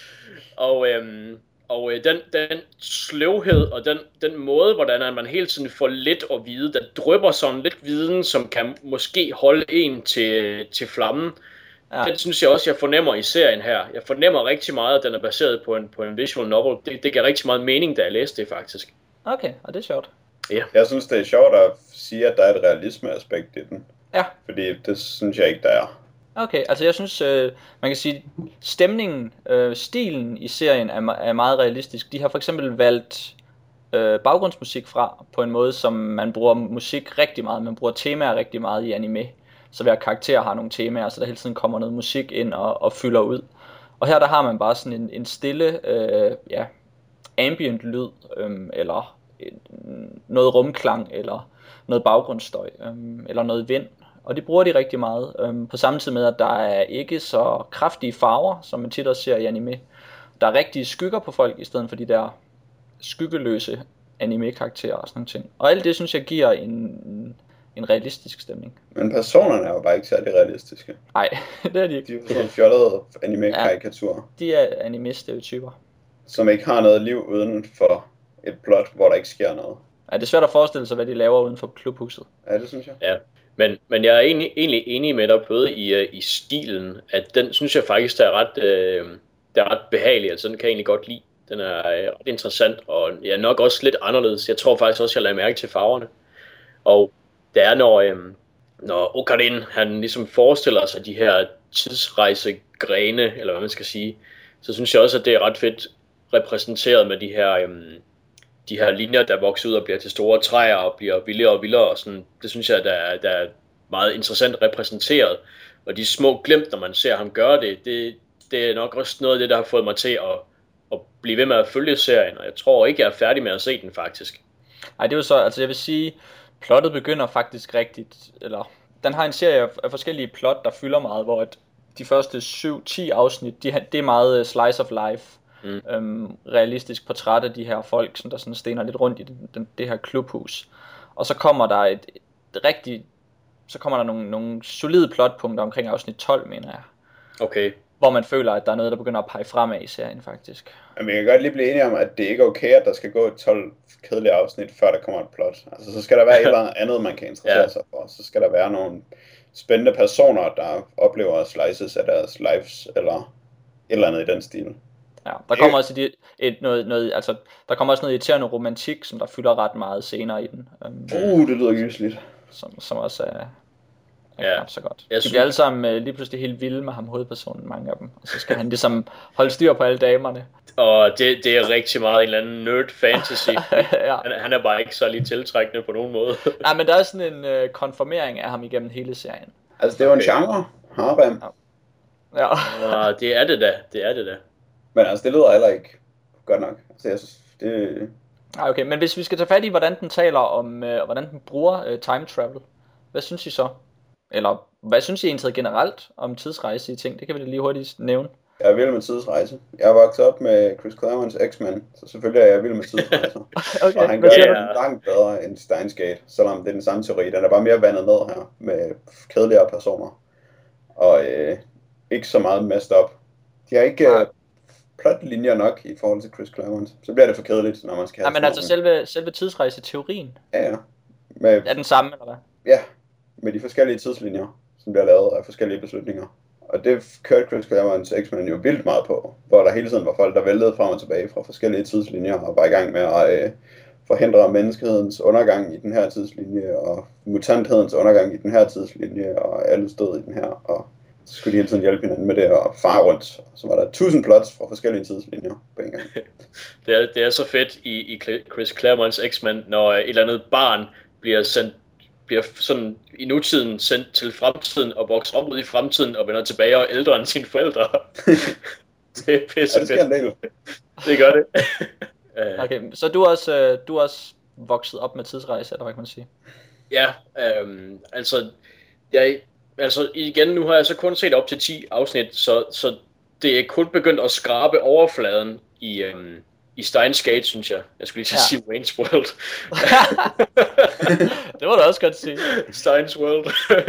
Og den sløvhed og den måde, hvordan man hele tiden får lidt at vide, der drypper sådan lidt viden, som kan måske holde en til flammen. Ja. Den synes jeg også, jeg fornemmer i serien her. Jeg fornemmer rigtig meget, at den er baseret på en visual novel. Det gav rigtig meget mening, da jeg læste det faktisk. Okay, og det er sjovt. Ja. Jeg synes, det er sjovt at sige, at der er et realisme-aspekt i den. Ja. Fordi det synes jeg ikke, der er. Okay, altså jeg synes, man kan sige, stemningen, stilen i serien er meget realistisk. De har for eksempel valgt baggrundsmusik fra på en måde, som man bruger musik rigtig meget. Man bruger temaer rigtig meget i anime. Så hver karakter har nogle temaer, så der hele tiden kommer noget musik ind og fylder ud. Og her der har man bare sådan en stille, ambient lyd, eller noget rumklang, eller noget baggrundsstøj, eller noget vind. Og det bruger de rigtig meget, på samme tid med, at der er ikke så kraftige farver, som man tit også ser i anime. Der er rigtige skygger på folk, i stedet for de der skyggeløse anime-karakterer og sådan nogle ting. Og alt det, synes jeg, giver en realistisk stemning. Men personerne er jo bare ikke særlig realistiske. Nej, det er de ikke. De er jo sådan fjollede anime-karikaturer. Ja, de er anime-stereotyper. Som ikke har noget liv uden for et plot, hvor der ikke sker noget. Ja, det er svært at forestille sig, hvad de laver uden for klubhuset. Ja, det synes jeg. Ja, men jeg er egentlig enig med dig både i stilen, at den synes jeg faktisk, der er ret behagelig, altså den kan jeg egentlig godt lide. Den er ret interessant, og ja, nok også lidt anderledes. Jeg tror faktisk også, jeg lader mærke til farverne. Og det er, når Ocarin, han ligesom forestiller sig de her tidsrejsegrene, eller hvad man skal sige, så synes jeg også, at det er ret fedt repræsenteret med de her linjer, der vokser ud og bliver til store træer og bliver vildere og vildere. Og sådan. Det synes jeg, der er meget interessant repræsenteret. Og de små glimt, når man ser ham gøre det er nok også noget af det, der har fået mig til at blive ved med at følge serien. Og jeg tror ikke, jeg er færdig med at se den faktisk. Nej, det er jo så, altså jeg vil sige, plottet begynder faktisk rigtigt, eller den har en serie af forskellige plot, der fylder meget, hvor de første 7-10 afsnit, det er meget slice of life. Realistisk portræt af de her folk, som der sådan stener lidt rundt i det her klubhus. Og så kommer der så kommer der nogle solide plotpunkter omkring afsnit 12, mener jeg. Okay. Hvor man føler, at der er noget, der begynder at pege fremad i serien, faktisk. Men vi kan godt lige blive enige om, at det ikke er okay, at der skal gå 12 kedelige afsnit, før der kommer et plot. Altså, så skal der være et eller andet, man kan interessere sig for. Så skal der være nogle spændende personer, der oplever slices af deres lives, eller et eller andet i den stil. Ja, der kommer også der kommer også noget irriterende romantik, som der fylder ret meget senere i den. Det lyder gysligt. Som også er knap så godt. De synes... bliver alle sammen lige pludselig helt vilde med ham, hovedpersonen, mange af dem. Og så skal han ligesom holde styr på alle damerne. Og det er rigtig meget en eller anden nerd fantasy. Ja. Han er bare ikke så lige tiltrækkende på nogen måde. Nej, men der er sådan en konformering af ham igennem hele serien. Altså, det er jo en genre. Harem. Ja. Og det er det da. Men altså, det lyder heller ikke godt nok. Altså, jeg synes, det... Okay, men hvis vi skal tage fat i, hvordan den taler om, hvordan den bruger time travel, hvad synes I så? Eller hvad synes I egentlig generelt om tidsrejse i ting? Det kan vi da lige hurtigt nævne. Jeg er vild med tidsrejse. Jeg er vokset op med Chris Claremonts X-Men, så selvfølgelig er jeg vild med tidsrejser. Okay, og han gør det langt bedre end Steins Gate, selvom det er den samme teori. Den er bare mere vandet ned her, med kedeligere personer. Og ikke så meget messed up. De har ikke plotlinjer nok i forhold til Chris Claremont. Så bliver det for kedeligt, når man skal have... Nej, men altså selve tidsrejseteorien? Ja. Er den samme, eller hvad? Ja, med de forskellige tidslinjer, som bliver lavet af forskellige beslutninger. Og det kørte Chris Claremonts X-Men jo vildt meget på, hvor der hele tiden var folk, der væltede frem og tilbage fra forskellige tidslinjer, og var i gang med at forhindre menneskehedens undergang i den her tidslinje, og mutanthedens undergang i den her tidslinje, og alle stod i den her, og så skulle de hele tiden hjælpe hinanden med det og fare rundt. Så var der 1000 plots fra forskellige tidslinjer på en gang. Det er så fedt i Chris Claremonts X-Men, når et eller andet barn bliver sådan i nutiden sendt til fremtiden og vokser op ud i fremtiden og vender tilbage og ældre end sine forældre. Det er pisse fedt. Ja, det det gør det. Okay, så du er også vokset op med tidsrejse, eller hvad kan man sige? Ja, altså igen, nu har jeg så kun set op til 10 afsnit, så det er kun begyndt at skrabe overfladen i Steins Gate, synes jeg. Jeg skulle lige sige Wayne's World. Det må du også godt sige. Steins World.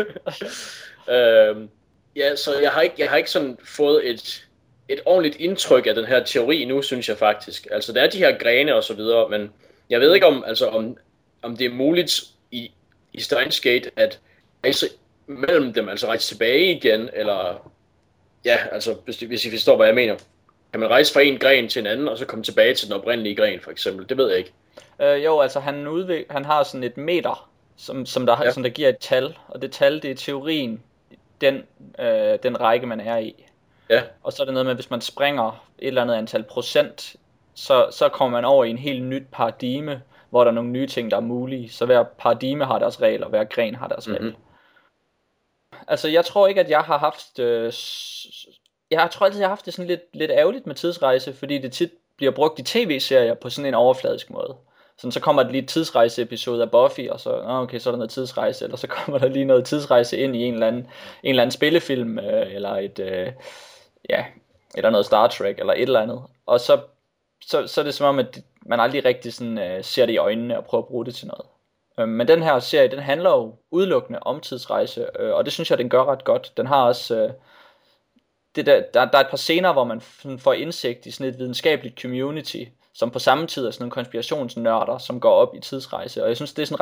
Så jeg har ikke sådan fået et ordentligt indtryk af den her teori nu, synes jeg faktisk. Altså, der er de her grene og så videre, men jeg ved ikke om det er muligt i Steins Gate at rejse mellem dem, altså rejse tilbage igen, eller ja, altså hvis I forstår, hvad jeg mener. Kan man rejse fra en gren til en anden, og så komme tilbage til den oprindelige gren, for eksempel? Det ved jeg ikke. Jo, altså han har sådan et meter, som der giver et tal, og det tal, det er teorien. den række, man er i. Ja. Og så er det noget med, hvis man springer et eller andet antal procent, så kommer man over i en helt nyt paradigme, hvor der er nogle nye ting, der er mulige. Så hver paradigme har deres regler, og hver gren har deres regler. Altså, jeg tror ikke, at jeg har haft... jeg tror altid, jeg har haft det sådan lidt ærgerligt med tidsrejse, fordi det tit bliver brugt i tv-serier på sådan en overfladisk måde. Sådan, så kommer der lige et tidsrejse-episode af Buffy, og så, okay, så er der noget tidsrejse, eller så kommer der lige noget tidsrejse ind i en eller anden spillefilm, eller eller noget Star Trek, eller et eller andet. Og så er det som om, at man aldrig rigtig sådan, ser det i øjnene og prøver at bruge det til noget. Men den her serie, den handler jo udelukkende om tidsrejse, og det synes jeg, den gør ret godt. Den har også... der er et par scener, hvor man får indsigt i sådan et videnskabeligt community, som på samme tid er sådan nogle konspirationsnørder, som går op i tidsrejse. Og jeg synes, det er sådan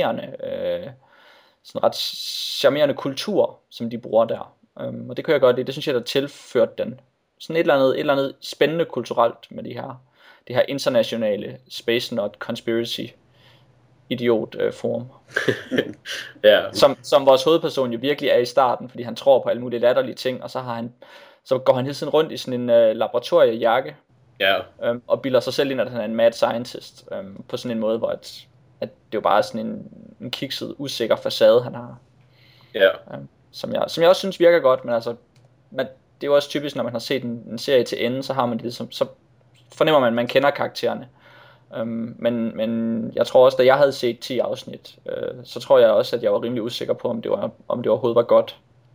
ret charmerende kultur, som de bruger der. Og det kan jeg godt lide. Det synes jeg, der tilført den. Sådan et eller andet spændende kulturelt med det her internationale Space Nut Conspiracy idiot forum. Ja. Som vores hovedperson jo virkelig er i starten, fordi han tror på alle mulige latterlige ting, og så går han hele tiden rundt i sådan en laboratoriejakke, og bilder sig selv ind, at han er en mad scientist, på sådan en måde, hvor at det jo bare er sådan en kikset, usikker facade, han har. Ja. Som jeg også synes virker godt, men altså, det er jo også typisk, når man har set en serie til ende, så har man det så fornemmer man, at man kender karaktererne. Men jeg tror også, da jeg havde set 10 afsnit, så tror jeg også, at jeg var rimelig usikker på, om det overhovedet var godt.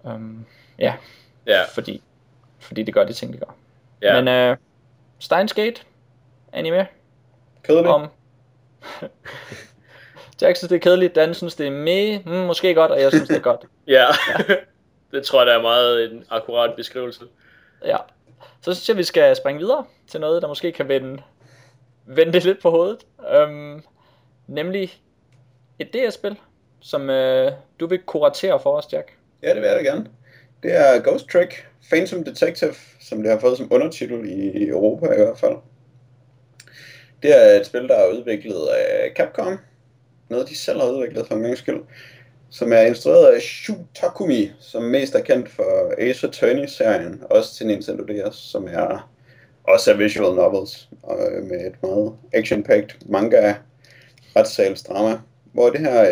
Fordi det gør de ting, de gør. Yeah. Men Steins Gate anime kedeligt. Jack synes det er kedeligt, Dan synes det er måske godt, og jeg synes det er godt. Ja, det tror jeg, der er meget en akkurat beskrivelse. Ja, så synes jeg, vi skal springe videre til noget, der måske kan vende det lidt på hovedet. Nemlig et DS-spil, som du vil kuratere for os, Jack. Ja, det vil jeg da gerne. Det er Ghost Trick Phantom Detective, som det har fået som undertitel i Europa i hvert fald. Det er et spil, der er udviklet af Capcom. Noget, de selv har udviklet for en gang skyld. Som er instrueret af Shu Takumi, som mest er kendt for Ace Attorney-serien, også til Nintendo DS, som er også er visual novels, og med et meget action-packed manga retssalsdrama, hvor det her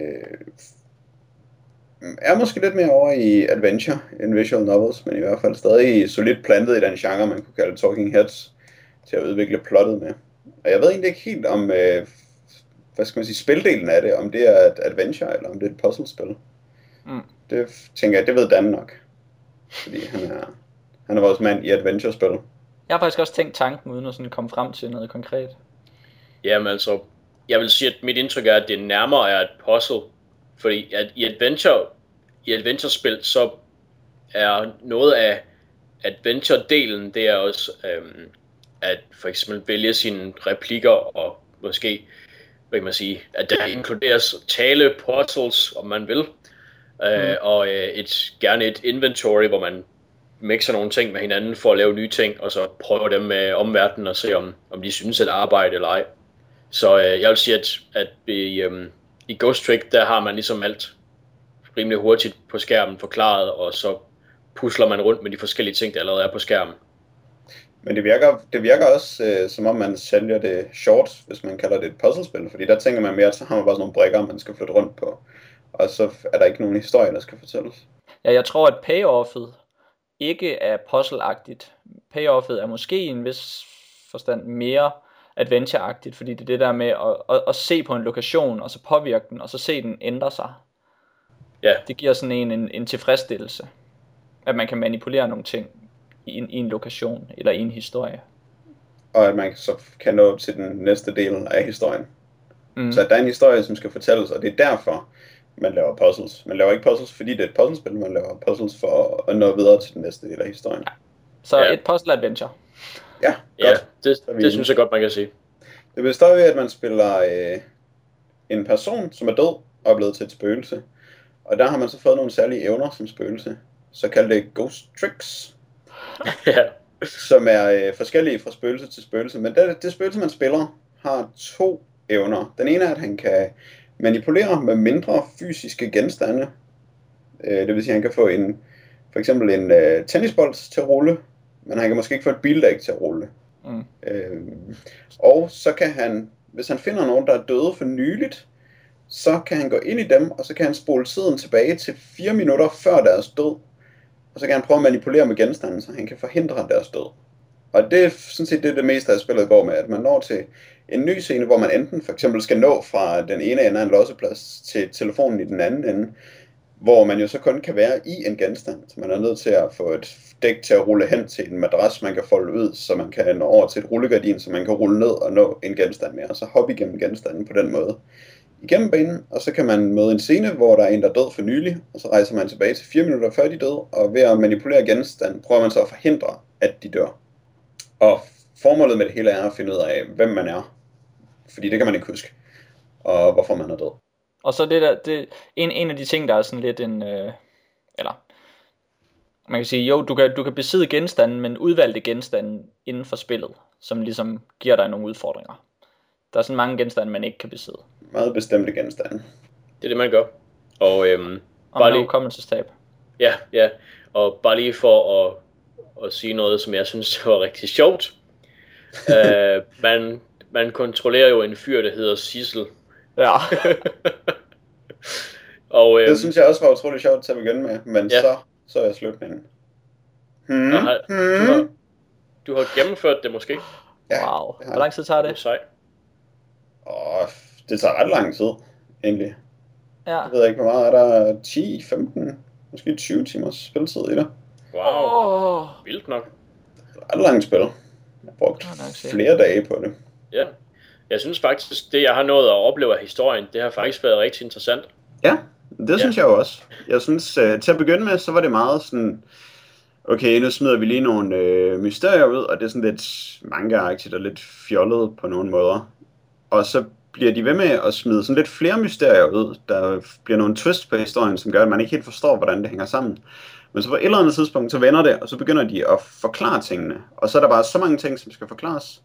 er måske lidt mere over i adventure end visual novels, men i hvert fald stadig solidt plantet i den genre, man kunne kalde Talking Heads, til at udvikle plottet med. Og jeg ved egentlig ikke helt om, hvad skal man sige, spildelen af det, om det er et adventure, eller om det er et puzzlespil. Det tænker jeg, det ved Dan nok, fordi han er vores mand i adventure-spil. Jeg har faktisk også tænkt tanken, uden at sådan komme frem til noget konkret. Jamen altså, jeg vil sige, at mit indtryk er, at det nærmere er et puzzle. Fordi at i adventure-spil, så er noget af adventure-delen, det er også at for eksempel vælge sine replikker, og måske, hvad kan man sige, at der inkluderes tale-puzzles, om man vil. Og gerne et inventory, hvor man mixer nogle ting med hinanden for at lave nye ting, og så prøver dem med omverdenen og se, om de synes at arbejde eller ej. Så jeg vil sige, at i Ghost Trick, der har man ligesom alt rimelig hurtigt på skærmen forklaret, og så pusler man rundt med de forskellige ting, der allerede er på skærmen. Men det virker også som om man sælger det short, hvis man kalder det et puzzlespil, fordi der tænker man mere, at så har man bare sådan nogle brikker, man skal flytte rundt på, og så er der ikke nogen historie, der skal fortælles. Ja, jeg tror, at payoffet ikke er puzzle-agtigt. Payoffet er måske i en vis forstand mere adventure-agtigt, fordi det er det der med at se på en lokation, og så påvirke den, og så se den ændre sig. Ja. Det giver sådan en tilfredsstillelse, at man kan manipulere nogle ting i en lokation, eller i en historie. Og at man så kan nå til den næste del af historien. Så der er en historie, som skal fortælles, og det er derfor, man laver puzzles. Man laver ikke puzzles, fordi det er et puzzlespil, man laver puzzles for at nå videre til den næste del af historien. Ja. Så et puzzle-adventure. Ja, det synes jeg godt, man kan sige. Det består i, at man spiller en person, som er død og er blevet til et spøgelse. Og der har man så fået nogle særlige evner som spøgelse. Så kaldt det Ghost Tricks. Ja. Som er forskellige fra spøgelse til spøgelse. Men det spøgelse, man spiller, har 2 evner. Den ene er, at han kan manipulere med mindre fysiske genstande. Det vil sige, at han kan få for eksempel en tennisbold til at rulle, men han kan måske ikke få et bildæk til at rulle. Og så kan han, hvis han finder nogen, der er døde for nyligt, så kan han gå ind i dem, og så kan han spole tiden tilbage til 4 minutter før deres død. Og så kan han prøve at manipulere med genstanden, så han kan forhindre deres død. Og det er sådan set det meste af spillet går med, at man når til en ny scene, hvor man enten for eksempel skal nå fra den ene ende af en losseplads til telefonen i den anden ende, hvor man jo så kun kan være i en genstand. Så man er nødt til at få et dæk til at rulle hen til en madras, man kan folde ud, så man kan nå over til et rullegardin, så man kan rulle ned og nå en genstand med, og så hoppe igennem genstanden på den måde. Igennem banen, og så kan man møde en scene, hvor der er en, der er død for nylig, og så rejser man tilbage til 4 minutter før de døde, og ved at manipulere genstanden, prøver man så at forhindre, at de dør. Og formålet med det hele er at finde ud af, hvem man er, fordi det kan man ikke huske, og hvorfor man er død. Og så det en af de ting, der er sådan lidt eller man kan sige, jo, du kan besidde genstanden, men udvalgte genstande inden for spillet, som ligesom giver dig nogle udfordringer. Der er sådan mange genstande, man ikke kan besidde. Meget bestemte genstande. Det er det, man gør. Og bare lige hukommelsestab. Ja. Og bare lige for at sige noget, som jeg synes var rigtig sjovt. Man kontrollerer jo en fyr, der hedder Cecil. Ja. Og, det synes jeg også var utroligt sjovt til at begynde med, men ja. så er jeg slutningen. Du har gennemført det måske? Ja, wow. Hvor lang tid tager det? Sej. Det tager ret lang tid, egentlig. Ja. Jeg ved ikke, hvor meget er der, 10, 15, måske 20 timers spilletid i det. Wow, vildt nok. Ret langt spil. Jeg har brugt flere dage på det. Ja, jeg synes faktisk, det jeg har nået at opleve af historien, det har faktisk været rigtig interessant. Ja, det synes jeg jo også. Jeg synes, til at begynde med, så var det meget sådan, okay, nu smider vi lige nogle mysterier ud, og det er sådan lidt manga-agtigt og lidt fjollet på nogle måder. Og så bliver de ved med at smide sådan lidt flere mysterier ud. Der bliver nogle twist på historien, som gør, at man ikke helt forstår, hvordan det hænger sammen. Men så på et eller andet tidspunkt, så vender det, og så begynder de at forklare tingene. Og så er der bare så mange ting, som skal forklares,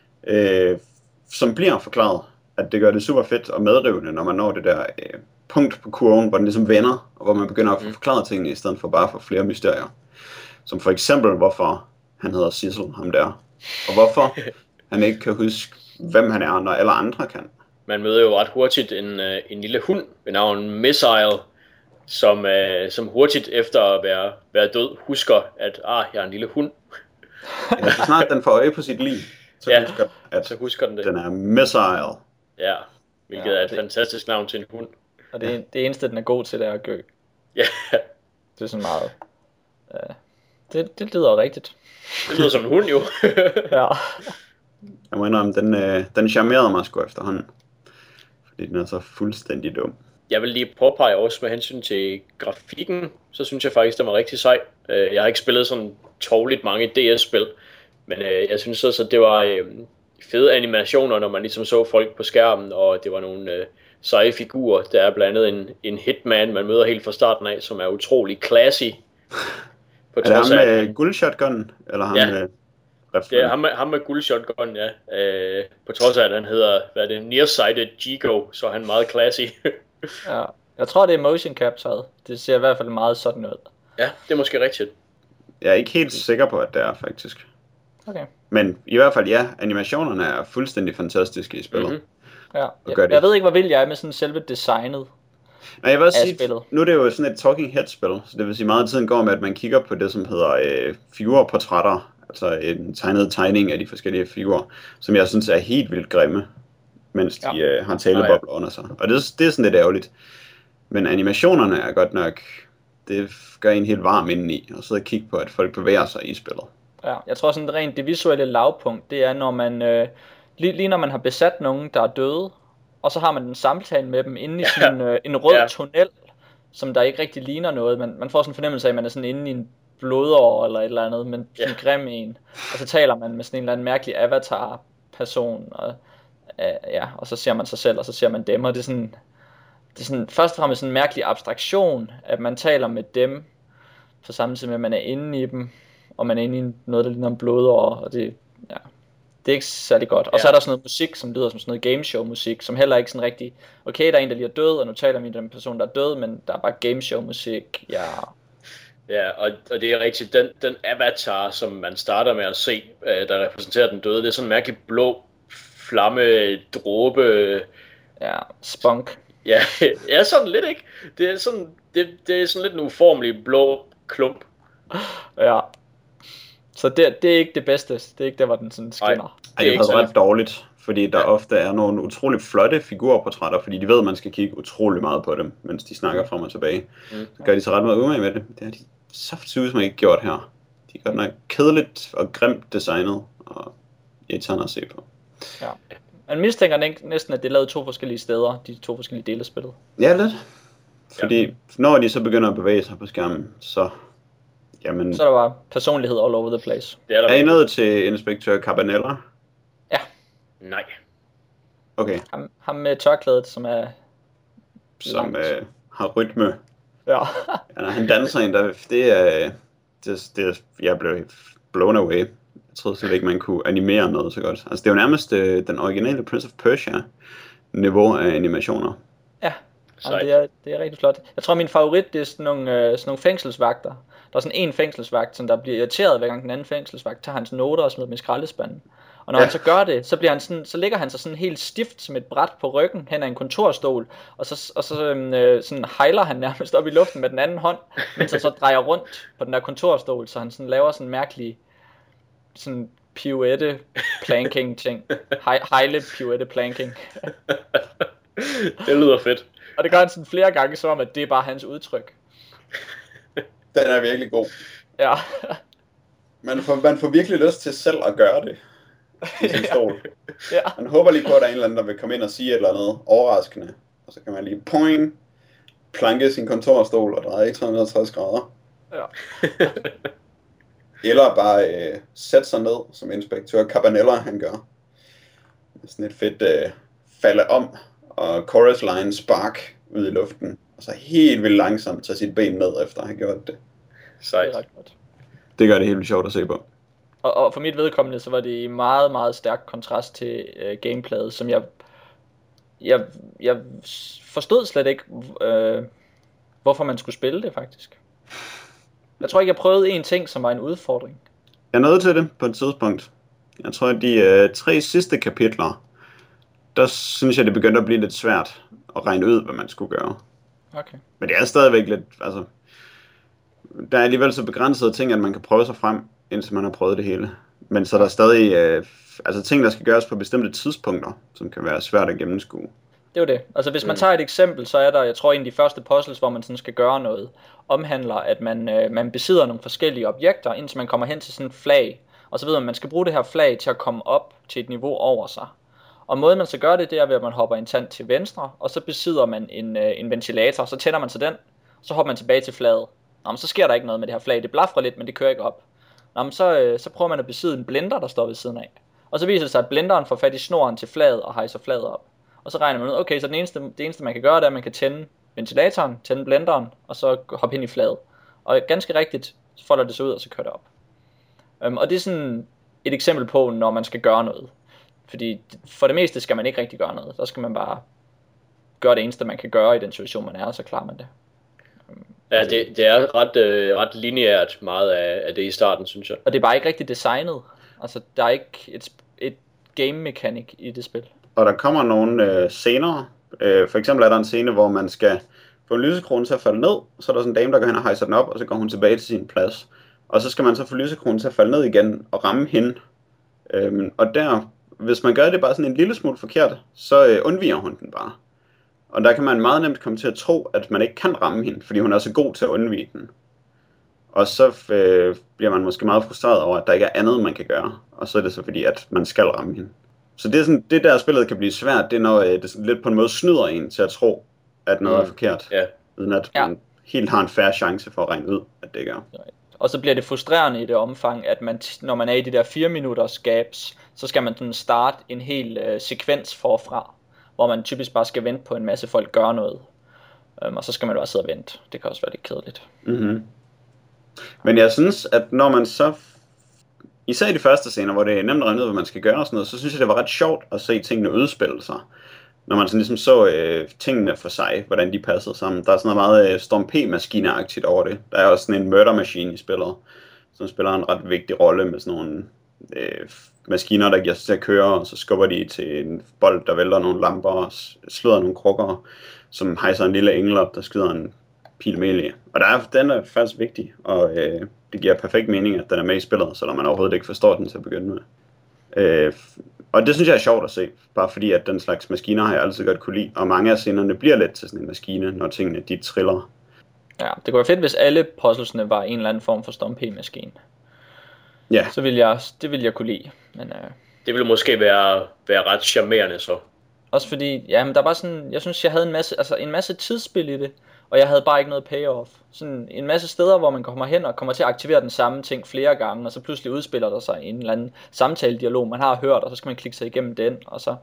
som bliver forklaret, at det gør det super fedt og medrivende, når man når det der punkt på kurven, hvor den ligesom vender, og hvor man begynder at få forklaret tingene, i stedet for bare at få flere mysterier. Som for eksempel, hvorfor han hedder Cecil, ham der. Og hvorfor han ikke kan huske, hvem han er, når alle andre kan. Man møder jo ret hurtigt en lille hund ved navn Missile, som hurtigt efter at være død husker, at jeg er en lille hund. Ja, så snart den får øje på sit liv, så husker den det. Den er Missile. Ja, hvilket er et fantastisk navn til en hund. Og det eneste, den er god til, det er at gø. Ja. Det er sådan meget... Det lyder rigtigt. Det lyder som en hund, jo. Ja. Jeg må indrømme, den charmerede mig sgu efterhånden. Fordi den er så fuldstændig dum. Jeg vil lige påpege også med hensyn til grafikken, så synes jeg faktisk, den var rigtig sej. Jeg har ikke spillet sådan tovligt mange DS-spil, men jeg synes også, at det var fede animationer, når man ligesom så folk på skærmen, og det var nogle seje figurer. Der er blandt andet en hitman, man møder helt fra starten af, som er utrolig classy. Er det ham med guldshotgun? Eller ham med... Det er ham med guldshotgun, ja. På trods af, at han hedder, nearsighted Jigo, så er han meget classy. Ja, jeg tror, det er motion captured. Det ser i hvert fald meget sådan ud. Ja, det er måske rigtigt. Jeg er ikke helt sikker på, at det er faktisk. Okay. Men i hvert fald, ja, animationerne er fuldstændig fantastiske i spillet. Mm-hmm. Ja, jeg ved ikke, hvor vild jeg er med sådan selve designet. Nej, jeg vil også sige, nu er det jo sådan et talking head-spil, så det vil sige, meget af tiden går med, at man kigger på det, som hedder figurportrætter, altså en tegnet tegning af de forskellige figurer, som jeg synes er helt vildt grimme, mens de har talebobler under sig. Og det er sådan lidt ærgerligt. Men animationerne er godt nok, det gør en helt varm indeni, og sidde og kigge på, at folk bevæger sig i spillet. Ja, jeg tror sådan rent det visuelle lavpunkt, det er, når man, lige når man har besat nogen, der er døde, og så har man en samtale med dem inde i sådan en rød tunnel, som der ikke rigtig ligner noget. Man får sådan en fornemmelse af, at man er sådan inde i en blodår eller et eller andet, men sådan en grim en. Og så taler man med sådan en eller anden mærkelig avatar-person, og så ser man sig selv, og så ser man dem, og det er sådan først og fremmest sådan en mærkelig abstraktion, at man taler med dem, på samme tid med, at man er inde i dem, og man er inde i noget, der ligner en blodår, og det Det er ikke særlig godt. Og så er der sådan noget musik, som lyder som sådan noget gameshow musik, som heller ikke sådan rigtig, okay, der er en, der lige er død, og nu taler vi med den person, der er død, men der er bare gameshow musik, ja. Ja, og det er rigtigt, den avatar, som man starter med at se, der repræsenterer den døde, det er sådan en mærkelig blå flamme, dråbe. Ja, spunk. Ja, ja, sådan lidt, ikke? Det er sådan, det er sådan lidt en uformelig blå klump. Ja. Så det er ikke det bedste. Det er ikke der, hvor den sådan skinner. Ej, det er faktisk ret dårligt, fordi der ofte er nogle utrolig flotte figurportrætter, fordi de ved, at man skal kigge utrolig meget på dem, mens de snakker frem og tilbage. Så gør de så ret meget umage med det. Det har de så som ikke gjort her. De gør noget kedeligt og grimt designet, og irriterende at se på. Ja. Man mistænker næsten, at det er lavet 2 forskellige steder, de 2 forskellige dele af spillet. Ja, lidt. Fordi når de så begynder at bevæge sig på skærmen, så... Jamen, så er der bare personlighed all over the place. Er I nået til Inspektør Cabanela? Ja. Nej. Okay. Ham med tørklædet, som er... Som har rytme. Ja. Ja, når han danser ind, jeg blev blown away. Jeg troede slet ikke, man kunne animere noget så godt. Altså, det er jo nærmest den originale Prince of Persia niveau af animationer. Ja, det er rigtig flot. Jeg tror, min favorit, det er sådan nogle fængselsvagter. Der er sådan en fængselsvagt, som der bliver irriteret, hver gang den anden fængselsvagt tager hans noter og smider dem i skraldespanden. Og når han så gør det, så bliver han sådan, så ligger han sig sådan helt stift som et bræt på ryggen hen ad en kontorstol, og så sådan hejler han nærmest op i luften med den anden hånd, mens han så drejer rundt på den der kontorstol, så han sådan laver sådan en mærkelig sådan pirouette planking ting. Hejle pirouette planking. Det lyder fedt. Og det gør han sådan flere gange, som om at det er bare hans udtryk. Den er virkelig god. Ja. Man får virkelig lyst til selv at gøre det i sin stol. Ja. Man håber lige på, at der er en eller anden, der vil komme ind og sige et eller andet overraskende. Og så kan man lige planke sin kontorstol og dreje ikke 360 grader. Ja. Eller bare sætte sig ned, som Inspektør Cabanela han gør. Sådan et fedt falde om og chorus line spark ud i luften. Og så helt vildt langsomt tage sit ben ned, efter at have gjort det. Sejt. Det er ret godt. Det gør det helt vildt sjovt at se på. Og for mit vedkommende, så var det i meget, meget stærk kontrast til gameplayet, som jeg forstod slet ikke, hvorfor man skulle spille det faktisk. Jeg tror ikke, jeg prøvede en ting, som var en udfordring. Jeg nåede til det på et tidspunkt. Jeg tror, at de 3 sidste kapitler, der synes jeg, det begyndte at blive lidt svært at regne ud, hvad man skulle gøre. Okay. Men det er stadigvæk lidt, altså... Der er alligevel så begrænsede ting, at man kan prøve sig frem, indtil man har prøvet det hele. Men så er der stadig ting, der skal gøres på bestemte tidspunkter, som kan være svært at gennemskue. Det er jo det. Altså hvis man tager et eksempel, så er der, jeg tror en af de første puzzles, hvor man sådan skal gøre noget, omhandler, at man besidder nogle forskellige objekter, indtil man kommer hen til sådan et flag. Og så ved man skal bruge det her flag til at komme op til et niveau over sig. Og måden man så gør det, det er ved, at man hopper en tand til venstre, og så besidder man en ventilator, så tænder man så den, og så hopper man tilbage til flaget. Nå, men så sker der ikke noget med det her flag, det blafrer lidt, men det kører ikke op. Nå, men så prøver man at besidde en blender, der står ved siden af. Og så viser det sig, at blenderen får fat i snoren til flaget og hejser flaget op. Og så regner man ud, okay, så det eneste man kan gøre, det er, at man kan tænde ventilatoren, tænde blenderen, og så hoppe ind i flaget. Og ganske rigtigt, så folder det sig ud, og så kører det op. Og det er sådan et eksempel på, når man skal gøre noget. Fordi for det meste skal man ikke rigtig gøre noget. Så skal man bare gøre det eneste, man kan gøre i den situation, man er, og så klarer man det. Ja, det er ret lineært meget af det i starten, synes jeg. Og det er bare ikke rigtig designet. Altså, der er ikke et game mechanic i det spil. Og der kommer nogle scener. For eksempel er der en scene, hvor man skal få en lysekrone til at falde ned. Så er der sådan en dame, der går hen og hejser den op, og så går hun tilbage til sin plads. Og så skal man så få lysekronen til at falde ned igen og ramme hende. Og der, hvis man gør det bare sådan en lille smule forkert, så undviger hun den bare. Og der kan man meget nemt komme til at tro, at man ikke kan ramme hende, fordi hun er så god til at undvige den. Og så bliver man måske meget frustreret over, at der ikke er andet, man kan gøre. Og så er det så fordi, at man skal ramme hende. Så det er sådan, det der spillet kan blive svært, det er når det lidt på en måde snyder en til at tro, at noget er forkert. Yeah. Uden at man helt har en fair chance for at regne ud, at det gør. Og så bliver det frustrerende i det omfang, at man, når man er i de der 4 minutters gaps, så skal man sådan starte en hel sekvens forfra, hvor man typisk bare skal vente på en masse folk gør noget. Og så skal man bare sidde og vente. Det kan også være lidt kedeligt. Mm-hmm. Men jeg synes, at når man så især i de første scener, hvor det er nemt at regne ud, hvad man skal gøre og sådan noget, så synes jeg, det var ret sjovt at se tingene udspille sig. Når man sådan ligesom så tingene for sig, hvordan de passede sammen. Der er sådan noget meget Storm P-maskine-agtigt over det. Der er også sådan en murder machine i spillet, som spiller en ret vigtig rolle med sådan nogle maskiner, der giver sig til at køre, og så skubber de til en bold, der vælter nogle lamper og slår nogle krukker, som hejser en lille engel op, der skyder en pil med i. Og den er faktisk vigtig, og det giver perfekt mening, at den er med i spillet, selvom man overhovedet ikke forstår den til at begynde med. Og det synes jeg er sjovt at se, bare fordi at den slags maskiner har jeg altid godt kunne lide, og mange af scenerne bliver lidt til sådan en maskine, når tingene de triller. Ja, det kunne være fedt, hvis alle puzzlesne var en eller anden form for Storm P-maskine. Ja. Så det ville jeg kunne lide. Men, det ville måske være ret charmerende så. Også fordi, ja, men der var sådan, jeg synes, jeg havde en masse tidsspil i det, og jeg havde bare ikke noget payoff. Sådan en masse steder, hvor man kommer hen og kommer til at aktivere den samme ting flere gange, og så pludselig udspiller der sig en eller anden samtaledialog, man har hørt, og så skal man klikke sig igennem den, og så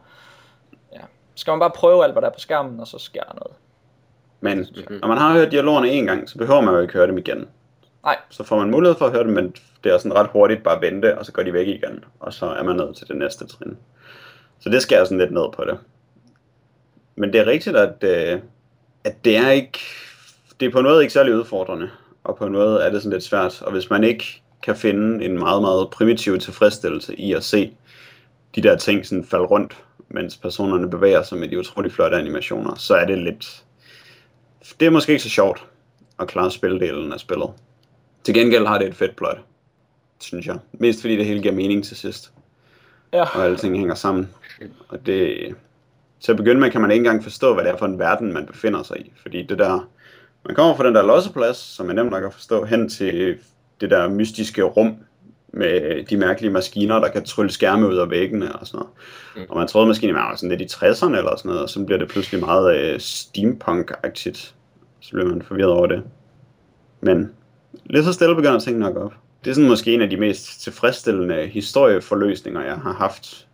skal man bare prøve alt, hvad der er på skærmen, og så sker der noget. Men når man har hørt dialogerne en gang, så behøver man jo ikke høre dem igen. Nej. Så får man mulighed for at høre dem, men det er sådan ret hurtigt bare at vente, og så går de væk igen, og så er man nået til det næste trin. Så det skal jeg sådan lidt ned på det. Men det er rigtigt, at det er ikke, det er på en måde ikke særlig udfordrende, og på en måde er det sådan lidt svært, og hvis man ikke kan finde en meget, meget primitiv tilfredsstillelse i at se de der ting sådan falde rundt, mens personerne bevæger sig med de utrolig flotte animationer, så er det lidt, det er måske ikke så sjovt at klare spildelen af spillet. Til gengæld har det et fedt plot, synes jeg. Mest fordi det hele giver mening til sidst. Ja. Og alting hænger sammen. Og det, til at begynde med kan man ikke engang forstå, hvad det er for en verden, man befinder sig i. Fordi det der, man kommer fra den der losseplads, som er nemt nok at forstå, hen til det der mystiske rum, med de mærkelige maskiner, der kan trylle skærme ud af væggene og sådan noget. Og man troede måske, at man var sådan lidt i 60'erne eller sådan noget, og så bliver det pludselig meget steampunk-agtigt. Så bliver man forvirret over det. Men lidt så stille begynder tingene at gå op. Det er sådan måske en af de mest tilfredsstillende historieforløsninger, jeg har haft.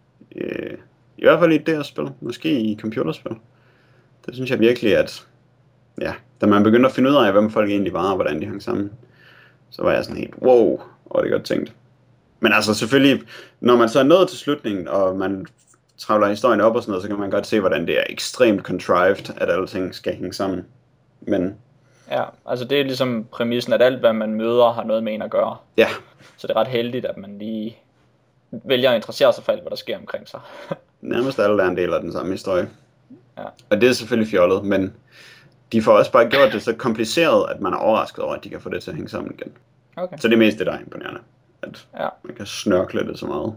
I hvert fald i det her spil. Måske i computerspil. Det synes jeg virkelig, at ja, da man begyndte at finde ud af, hvem folk egentlig var, og hvordan de hang sammen, så var jeg sådan helt, wow, og det er godt tænkt. Men altså selvfølgelig, når man så er nået til slutningen, og man travler historien op og sådan noget, så kan man godt se, hvordan det er ekstremt contrived, at alle ting skal hænge sammen. Men ja, altså det er ligesom præmissen, at alt hvad man møder har noget med en at gøre. ja. Så det er ret heldigt, at man lige vælger at interessere sig for alt, hvad der sker omkring sig. Nærmest alle er en del af den samme historie. Ja. Og det er selvfølgelig fjollet, men de får også bare gjort det så kompliceret, at man er overrasket over, at de kan få det til at hænge sammen igen. Okay. Så det er mest det, der er imponerende. At man kan snørkle det så meget.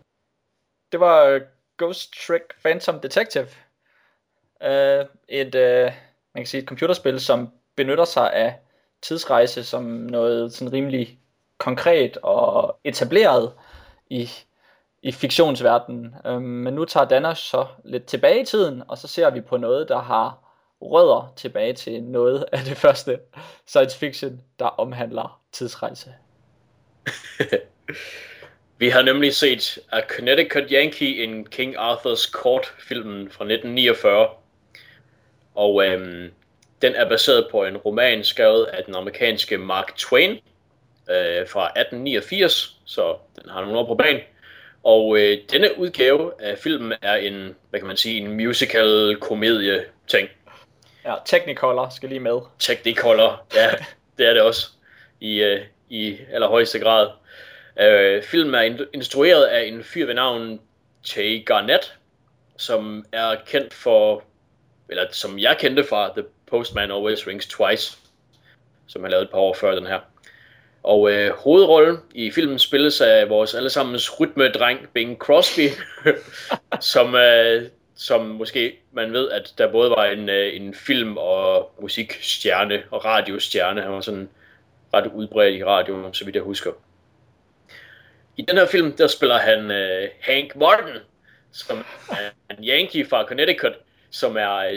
Det var Ghost Trick Phantom Detective. Man kan sige et computerspil, som benytter sig af tidsrejse som noget sådan rimelig konkret og etableret i fiktionsverdenen. Men nu tager Danash så lidt tilbage i tiden, og så ser vi på noget, der har rødder tilbage til noget af det første science fiction, der omhandler tidsrejse. Vi har nemlig set A Connecticut Yankee in King Arthur's Court-filmen fra 1949. Og den er baseret på en roman skrevet af den amerikanske Mark Twain fra 1889, så den har nogle år på banen. Og denne udgave af filmen er en, hvad kan man sige, en musical-komedie-ting. Ja, Technicolor skal lige med. Technicolor, ja, det er det også i allerhøjeste grad. Filmen er instrueret af en fyr ved navn Jay Garnett, som er kendt for, eller som jeg kendte fra The Postman Always Rings Twice, som har lavet et par år før den her. Og hovedrollen i filmen spilles af vores allesammens rytmedreng Bing Crosby, som måske man ved, at der både var en film- og musikstjerne og radiostjerne. Han var sådan ret udbredt i radioen, så vidt jeg husker. I den her film, der spiller han Hank Martin, som er en Yankee fra Connecticut, som er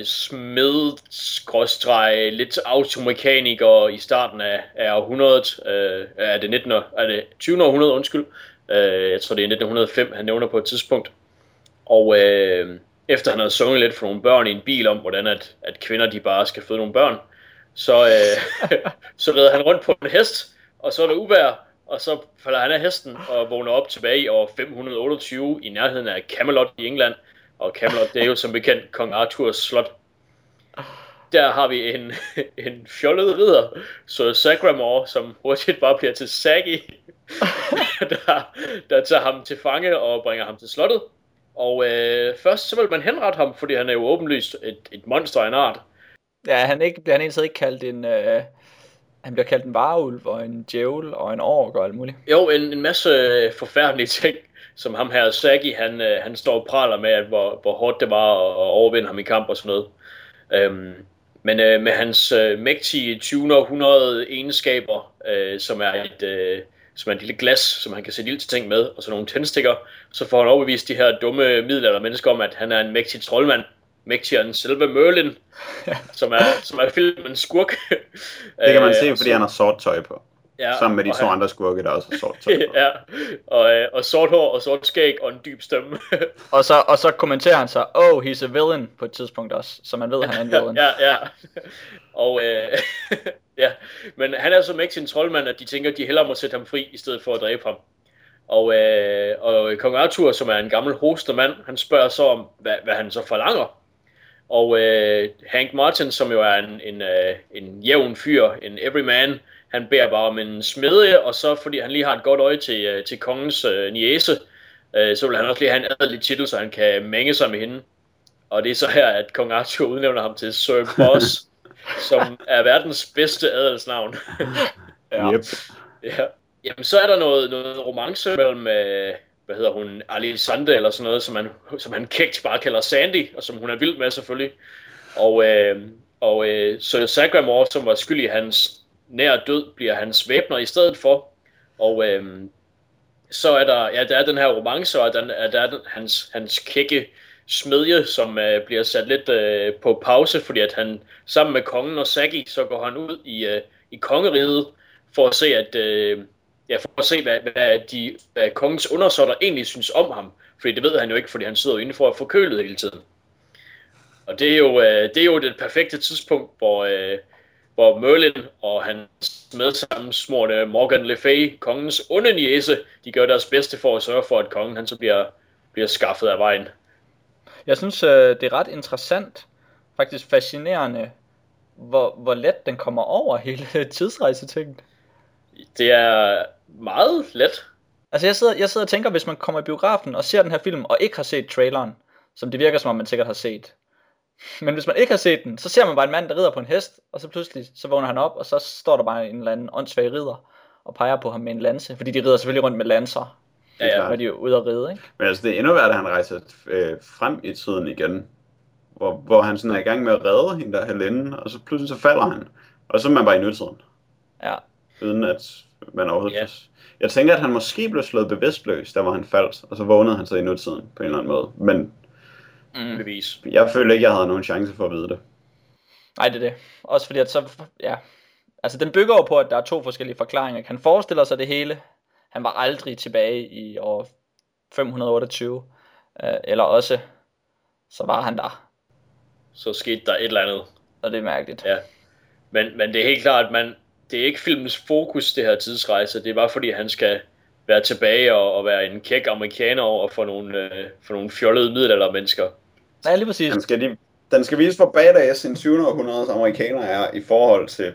smed, lidt automekaniker i starten af århundredet, er det 20. århundrede, undskyld. Jeg tror det er 1905, han nævner på et tidspunkt. Og efter han havde sunget lidt for nogle børn i en bil om, hvordan at kvinder de bare skal føde nogle børn, så rider han rundt på en hest, og så er det uvejr, og så falder han af hesten og vågner op tilbage i år 528 i nærheden af Camelot i England. Og Camelot, det er jo som bekendt kong Arthurs slot. Der har vi en fjollet ridder, så Sagramore, som hurtigt bare bliver til Saggy, der tager ham til fange og bringer ham til slottet. Og først så vil man henrette ham, fordi han er jo åbenlyst et monster af en art. Ja, han bliver egentlig ikke kaldt en... Han bliver kaldt en varulv og en djævel og en ork og alt muligt. Jo, en masse forfærdelige ting, som ham her Saggy, han står og praler med, at hvor hårdt det var at overvinde ham i kamp og sådan noget. Men med hans mægtige 2000 egenskaber, som er et lille glas, som han kan sætte ild til ting med, og så nogle tændstikker, så får han overbevist de her dumme middelaldermennesker om, at han er en mægtig troldmand. Mægtigere end selve Merlin, som er filmens skurk. Det kan man se, fordi han har sort tøj på. Ja, sammen med de to andre skurke, der også har sort tøj på. Ja, og sort hår og sort skæg og en dyb stemme. og så kommenterer han så, he's a villain på et tidspunkt også, så man ved, at han er en villain. Ja. Og ja, men han er så mægtig en troldmand, at de tænker, at de hellere må sætte ham fri, i stedet for at dræbe ham. Og kong Arthur, som er en gammel hostende mand, han spørger så om, hvad han så forlanger. Og Hank Martin, som jo er en jævn fyr, en everyman, han beder bare om en smedje, og så fordi han lige har et godt øje til kongens niece, så vil han også lige have en adelig titel, så han kan mænge sig med hende. Og det er så her, at kong Arthur udnævner ham til Sir Boss, som er verdens bedste adelsnavn. Ja. Yep. Ja. Jamen, så er der noget romance mellem, hvad hedder hun, Alicante eller sådan noget, som han kægt bare kalder Sandy, og som hun er vild med selvfølgelig. Og Sir Sagramore, som var skyld i hans nær død, bliver hans væbner i stedet for. Og så er der er den her romance, og der er hans kække smedje, som bliver sat lidt på pause, fordi at han sammen med kongen og Saggy, så går han ud i kongeriget for at se, hvad kongens undersåtter egentlig synes om ham. Fordi det ved han jo ikke, fordi han sidder jo inde for at få kølet hele tiden. Og det er jo det perfekte tidspunkt, hvor Merlin og hans medsammensmorte Morgan Le Fay, kongens onde niece, de gør deres bedste for at sørge for, at kongen han så bliver skaffet af vejen. Jeg synes, det er ret interessant, faktisk fascinerende, hvor let den kommer over hele tidsrejsetingen. Det er meget let. Altså jeg sidder og tænker, hvis man kommer i biografen og ser den her film, og ikke har set traileren, som det virker som om man sikkert har set. Men hvis man ikke har set den, så ser man bare en mand, der rider på en hest, og så pludselig så vågner han op, og så står der bare en eller anden åndssvag ridder, og peger på ham med en lanse, fordi de rider selvfølgelig rundt med lanser, når de er ude at ride, ikke? Men altså det er endnu værre, at han rejser frem i tiden igen, hvor han sådan er i gang med at redde hende der helinde, og så pludselig så falder han, og så er man bare i nutiden. Ja. Uden at man overhovedet... Yeah. Jeg tænker, at han måske blev slået bevidstløs, der hvor han faldt, og så vågnede han så i nutiden på en eller anden måde. Men jeg følte ikke, jeg havde nogen chance for at vide det. Nej, det er det. Også fordi, at så... Ja. Altså, den bygger jo på, at der er to forskellige forklaringer. Han forestiller sig det hele. Han var aldrig tilbage i år 528. Eller også, så var han der. Så skete der et eller andet. Og det er mærkeligt. Ja. Men det er helt klart, at det er ikke filmens fokus, det her tidsrejse. Det er bare fordi, han skal være tilbage og være en kæk amerikaner over for nogle fjollede middelaldermennesker. Ja, lige præcis. Den skal vise, hvor badass en 20. århundredes amerikaner er i forhold til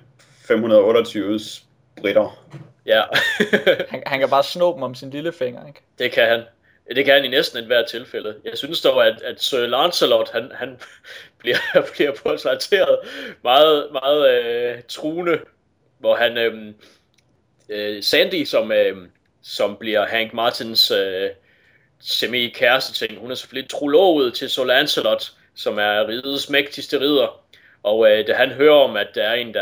528's britter. Ja. han kan bare sno dem om sin lille finger, ikke? Det kan han. Det kan han i næsten et hvert tilfælde. Jeg synes dog, at Sir Lancelot, han bliver portrætteret meget, meget truende, hvor han Sandy, som bliver Hank Martins semi-kæreste ting, hun er selvfølgelig trolovet til Sir Lancelot, som er rigets mægtigste ridder. Og da han hører om, at der er en,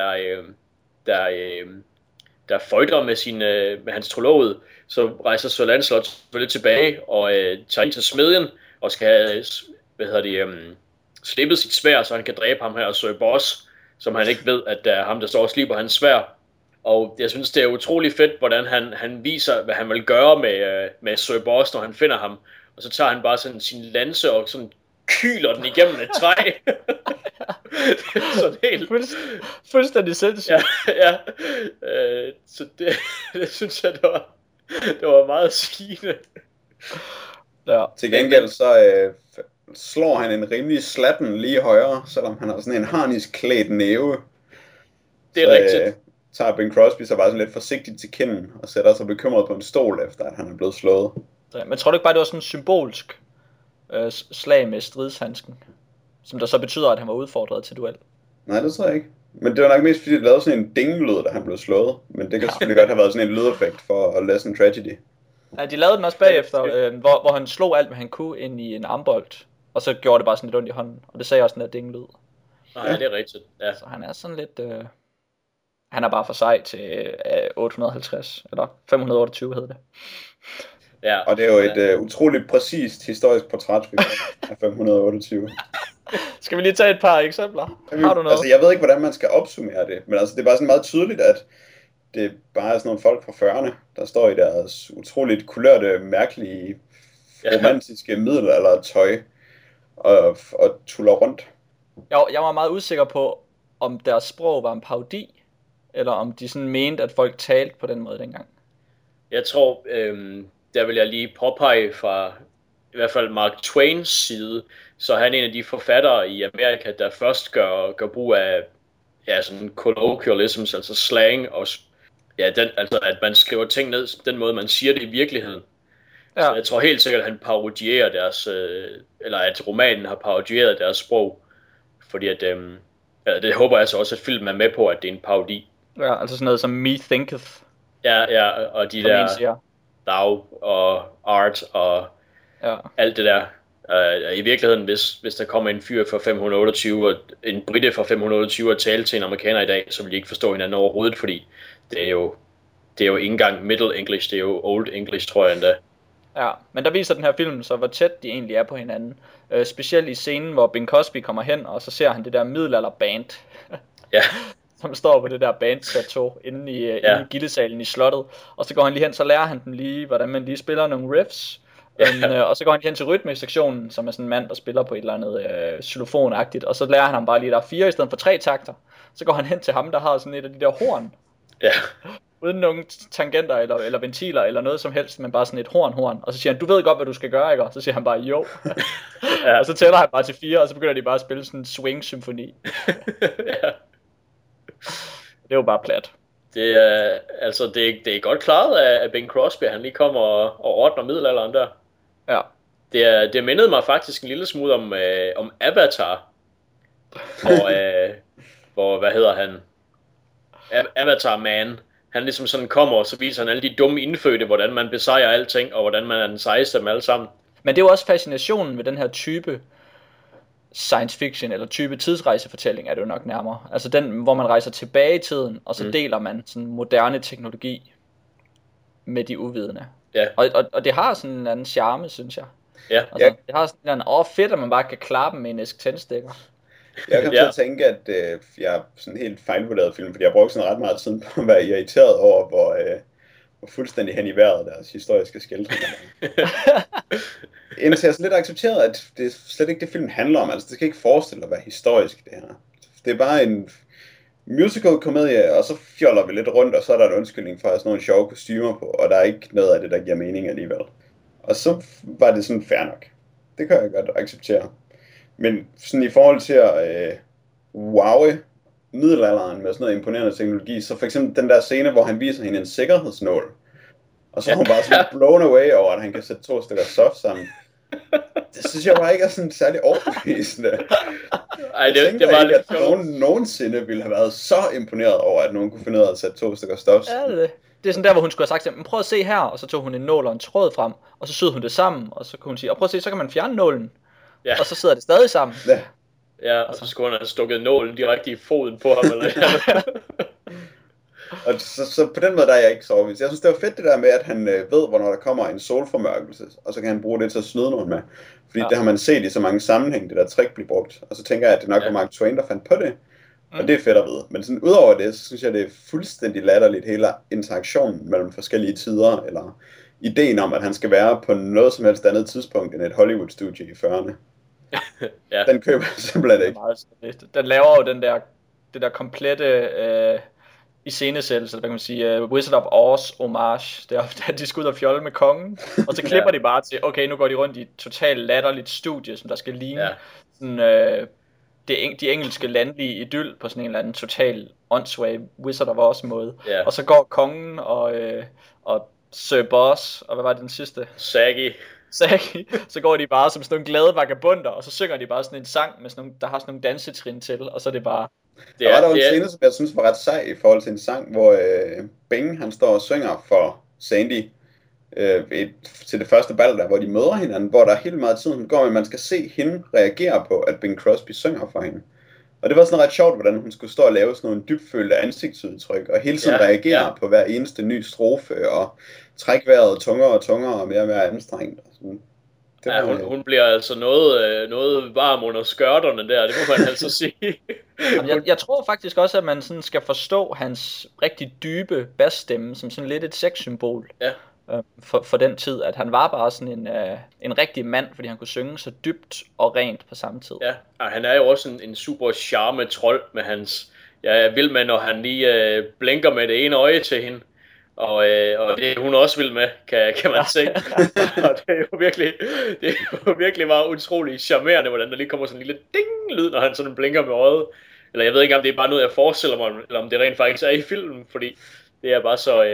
der føjter med hans trolovede, så rejser Sir Lancelot selvfølgelig tilbage og tager ind til smedjen og skal have, slippe sit sværd, så han kan dræbe ham her, Sir Boss, som han ikke ved, at det er ham, der står og slipper hans sværd. Og jeg synes, det er utrolig fedt, hvordan han viser, hvad han vil gøre med Sir Boss, når han finder ham. Og så tager han bare sådan sin lanse og sådan kyler den igennem et træ. Det er sådan helt... Fuldstændig sindssygt. Ja. Så det synes jeg, det var meget sigende. Ja. Til gengæld så slår han en rimelig slatten lige højre, selvom han har sådan en harnisk-klædt næve. Det er så, rigtigt. Tager Bing Crosby så bare sådan lidt forsigtigt til kinden, og sætter sig bekymret på en stol, efter at han er blevet slået. Men tror du ikke bare, det var sådan en symbolsk slag med stridshandsken, som der så betyder, at han var udfordret til duel? Nej, det tror jeg ikke. Men det var nok mest fordi, de lavede sådan en dinglyd, da han blev slået. Men det kan selvfølgelig godt have været sådan en lydeffekt for at lessen tragedy. Ja, de lavede den også bagefter, hvor han slog alt, hvad han kunne ind i en armbold. Og så gjorde det bare sådan lidt ondt i hånden. Og det sagde også den der dinglyd. Nej, det er rigtigt. Ja. Så han er sådan lidt... Han er bare for sej til 850, eller 528 hedder det. Ja. Og det er jo et utroligt præcist historisk portræt af 528. Skal vi lige tage et par eksempler? Har du noget? Altså, jeg ved ikke, hvordan man skal opsummere det, men altså, det er bare sådan meget tydeligt, at det bare er sådan nogle folk fra 40'erne, der står i deres utroligt kulørte, mærkelige, romantiske middelaldertøj og tuller rundt. Jeg var meget usikker på, om deres sprog var en parodi, eller om de sådan mente, at folk talte på den måde dengang. Jeg tror, der vil jeg lige påpege fra i hvert fald Mark Twains side, så han er en af de forfattere i Amerika, der først gør brug af sådan colloquialisms, altså slang, og altså at man skriver ting ned, den måde man siger det i virkeligheden. Ja. Så jeg tror helt sikkert, at han parodierer deres, eller at romanen har parodieret deres sprog, fordi at, det håber jeg så også, at filmen er med på, at det er en parodi. Ja, altså sådan noget som Me Thinketh. Ja, og de der thou og art og alt det der. I virkeligheden, hvis der kommer en fyr fra 528 og en brite fra 528 og tale til en amerikaner i dag, så vil de ikke forstå hinanden overhovedet, fordi det er jo ikke engang Middle English, det er jo Old English, tror jeg endda. Ja, men der viser den her film så, hvor tæt de egentlig er på hinanden. Specielt i scenen, hvor Bing Crosby kommer hen, og så ser han det der middelalderband. Ja. Som står på det der bandchateau inde i gildesalen i slottet. Og så går han lige hen, så lærer han dem lige, hvordan man lige spiller nogle riffs. Og så går han hen til rytmesektionen, som er sådan en mand, der spiller på et eller andet xylofonagtigt. Og så lærer han ham bare lige, der er 4 i stedet for 3 takter. Så går han hen til ham, der har sådan et af de der horn. Ja. Uden nogen tangenter eller ventiler eller noget som helst, men bare sådan et horn. Og så siger han, du ved godt, hvad du skal gøre, ikke? Og så siger han bare, jo. Og så tæller han bare til 4, og så begynder de bare at spille sådan en swing-symfoni. Ja. Det er jo bare plat. Det er godt klaret af Bing Crosby, han lige kommer og ordner middelalderen der. Ja. Det mindede mig faktisk en lille smule om Avatar. Hvor hvad hedder han? Avatar Man. Han ligesom sådan kommer, og så viser han alle de dumme indfødte, hvordan man besejrer alting, og hvordan man er den sejeste dem alle sammen. Men det er jo også fascinationen ved den her type science fiction, eller type tidsrejsefortælling er det jo nok nærmere. Altså den, hvor man rejser tilbage i tiden, og så deler man sådan moderne teknologi med de uvidende. Ja. Og det har sådan en anden charme, synes jeg. Ja. Altså, det har sådan en anden, fedt, at man bare kan klappe med en æsk tændstikker. Jeg kan til at tænke, at jeg er sådan helt fejlvurderet film, fordi jeg brugte sådan ret meget tid på at være irriteret over, hvor fuldstændig hen i vejret deres historiske skildringer. Indtil jeg så lidt accepteret, at det er slet ikke det, filmen handler om. Altså, det skal ikke forestille at være historisk, det her. Det er bare en musical-komedie, og så fjoller vi lidt rundt, og så er der en undskyldning for at have sådan nogle sjove kostymer på, og der er ikke noget af det, der giver mening alligevel. Og så var det sådan fair nok. Det kan jeg godt acceptere. Men sådan i forhold til at wowe middelalderen med sådan noget imponerende teknologi, så for eksempel den der scene, hvor han viser hende en sikkerhedsnål, og så er hun bare sådan blown away over, at han kan sætte 2 stykker stof sammen. Det synes jeg bare ikke er sådan særlig overbevisende. Ej, det var ikke, at nogen nogensinde ville have været så imponeret over, at nogen kunne finde ud af at sætte 2 stykker stof sammen. Ja, det er sådan der, hvor hun skulle have sagt til ham, prøv at se her, og så tog hun en nål og en tråd frem, og så syede hun det sammen, og så kunne hun sige, og prøv at se, så kan man fjerne nålen. Ja. Og så sidder det stadig sammen. Ja, og så skulle han have stukket nålen direkte i foden på ham. Eller og så på den måde der er jeg ikke så overbevist. Jeg synes, det var fedt det der med, at han ved, hvornår der kommer en solformørkelse, og så kan han bruge det til at snyde nogen med. Fordi det har man set i så mange sammenhæng, det der trick bliver brugt. Og så tænker jeg, at det nok var Mark Twain, der fandt på det. Og det er fedt at vide. Men sådan udover det, så synes jeg, det er fuldstændig latterligt hele interaktionen mellem forskellige tider, eller ideen om, at han skal være på noget som helst andet tidspunkt end et Hollywood-studie i 40'erne. Ja. Den køber jeg simpelthen ikke. Den laver jo det der komplette iscenesættelse, hvad kan man sige, Wizard of Oz homage, der de skal ud og fjolle med kongen, og så klipper de bare til, okay, nu går de rundt i et totalt latterligt studie, som der skal ligne sådan, de engelske landlige idyll på sådan en eller anden total åndssvag Wizard of Oz måde. Og så går kongen og Sir Boss, og hvad var det den sidste? Saggy, så går de bare som sådan nogle glade vagabunder, og så synger de bare sådan en sang, med sådan nogle, der har sådan nogle dansetrin til, og så er det bare... Der var en scene, som jeg synes var ret sej i forhold til en sang, hvor Bing, han står og synger for Sandy til det første bal der, hvor de møder hinanden, hvor der helt meget tid, hun går med, at man skal se hende reagere på, at Bing Crosby synger for hende. Og det var sådan ret sjovt, hvordan hun skulle stå og lave sådan nogle dybfølte ansigtsudtryk, og hele tiden reagere på hver eneste ny strofe, og trække vejret tungere og tungere, og mere og mere anstrengt. Hun bliver altså noget varm under skørterne der, det må man altså sige. Jeg tror faktisk også, at man sådan skal forstå hans rigtig dybe bassstemme, som sådan lidt et sexsymbol. For den tid, at han var bare sådan en rigtig mand, fordi han kunne synge så dybt og rent på samme tid. Ja, og han er jo også en super charme trold med hans... Jeg vil med, når han lige blinker med det ene øje til hende. Og det hun også vil med, kan man se. Og det er jo virkelig bare utrolig charmerende, hvordan der lige kommer sådan en lille ding-lyd, når han sådan blinker med øjet. Eller jeg ved ikke, om det er bare noget, jeg forestiller mig, eller om det rent faktisk er i filmen, fordi det er bare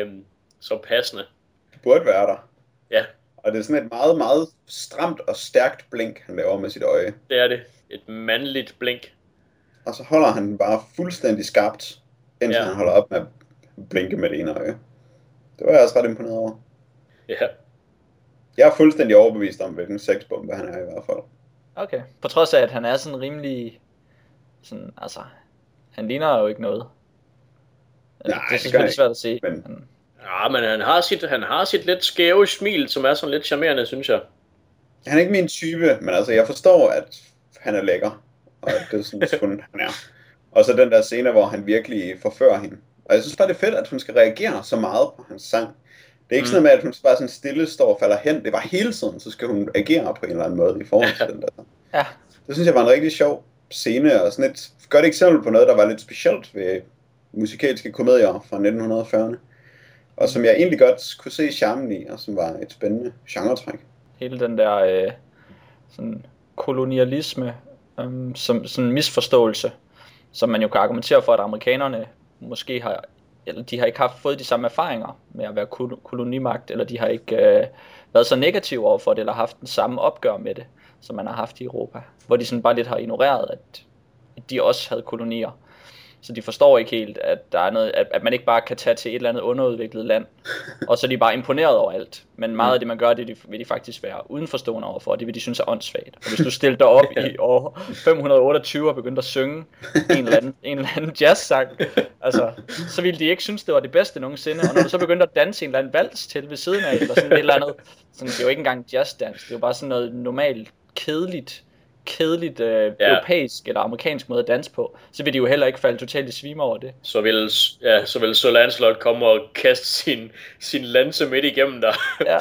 så passende. Det burde være der. Ja. Og det er sådan et meget, meget stramt og stærkt blink, han laver med sit øje. Det er det. Et mandligt blink. Og så holder han den bare fuldstændig skarpt, indtil han holder op med at blinke med det ene øje. Det var jeg også ret imponeret over. Ja. Jeg er fuldstændig overbevist om, hvilken sexbombe han er i hvert fald. Okay. På trods af, at han er sådan rimelig... Sådan, altså... Han ligner jo ikke noget. Nej, det er selvfølgelig svært at se. Men han har sit lidt skæve smil, som er sådan lidt charmerende, synes jeg. Han er ikke min type, men altså, jeg forstår, at han er lækker. Og det er sådan, han er. Og så den der scene, hvor han virkelig forfører hende. Og jeg synes bare, det er fedt, at hun skal reagere så meget på hans sang. Det er ikke sådan med, at hun bare sådan stille står og falder hen. Det var hele tiden, så skal hun agere på en eller anden måde i forhold til den der. Ja. Det synes jeg var en rigtig sjov scene, og sådan et godt eksempel på noget, der var lidt specielt ved musikalske komedier fra 1940'erne. Og som jeg egentlig godt kunne se charmen i, og som var et spændende genretræk. Hele den der sådan kolonialisme, som sådan en misforståelse, som man jo kan argumentere for, at amerikanerne måske har, eller de har ikke fået de samme erfaringer med at være kolonimagt, eller de har ikke været så negative overfor det, eller haft den samme opgør med det, som man har haft i Europa, hvor de sådan bare lidt har ignoreret, at de også havde kolonier. Så de forstår ikke helt, at der er noget, at man ikke bare kan tage til et eller andet underudviklet land, og så er de bare imponeret over alt. Men meget af det, man gør, det vil de faktisk være udenforstående overfor, og det vil de synes er åndssvagt. Og hvis du stiller dig op i år 528 og begyndte at synge en eller anden jazzsang, altså, så ville de ikke synes, det var det bedste nogensinde. Og når du så begyndte at danse en eller anden vals til ved siden af, eller sådan et eller andet, sådan, det er jo ikke engang jazzdans, det er jo bare sådan noget normalt kedeligt europæisk eller amerikansk måde at danse på, så vil de jo heller ikke falde totalt i svime over det. Så vil Sir Lancelot komme og kaste sin lanse midt igennem der.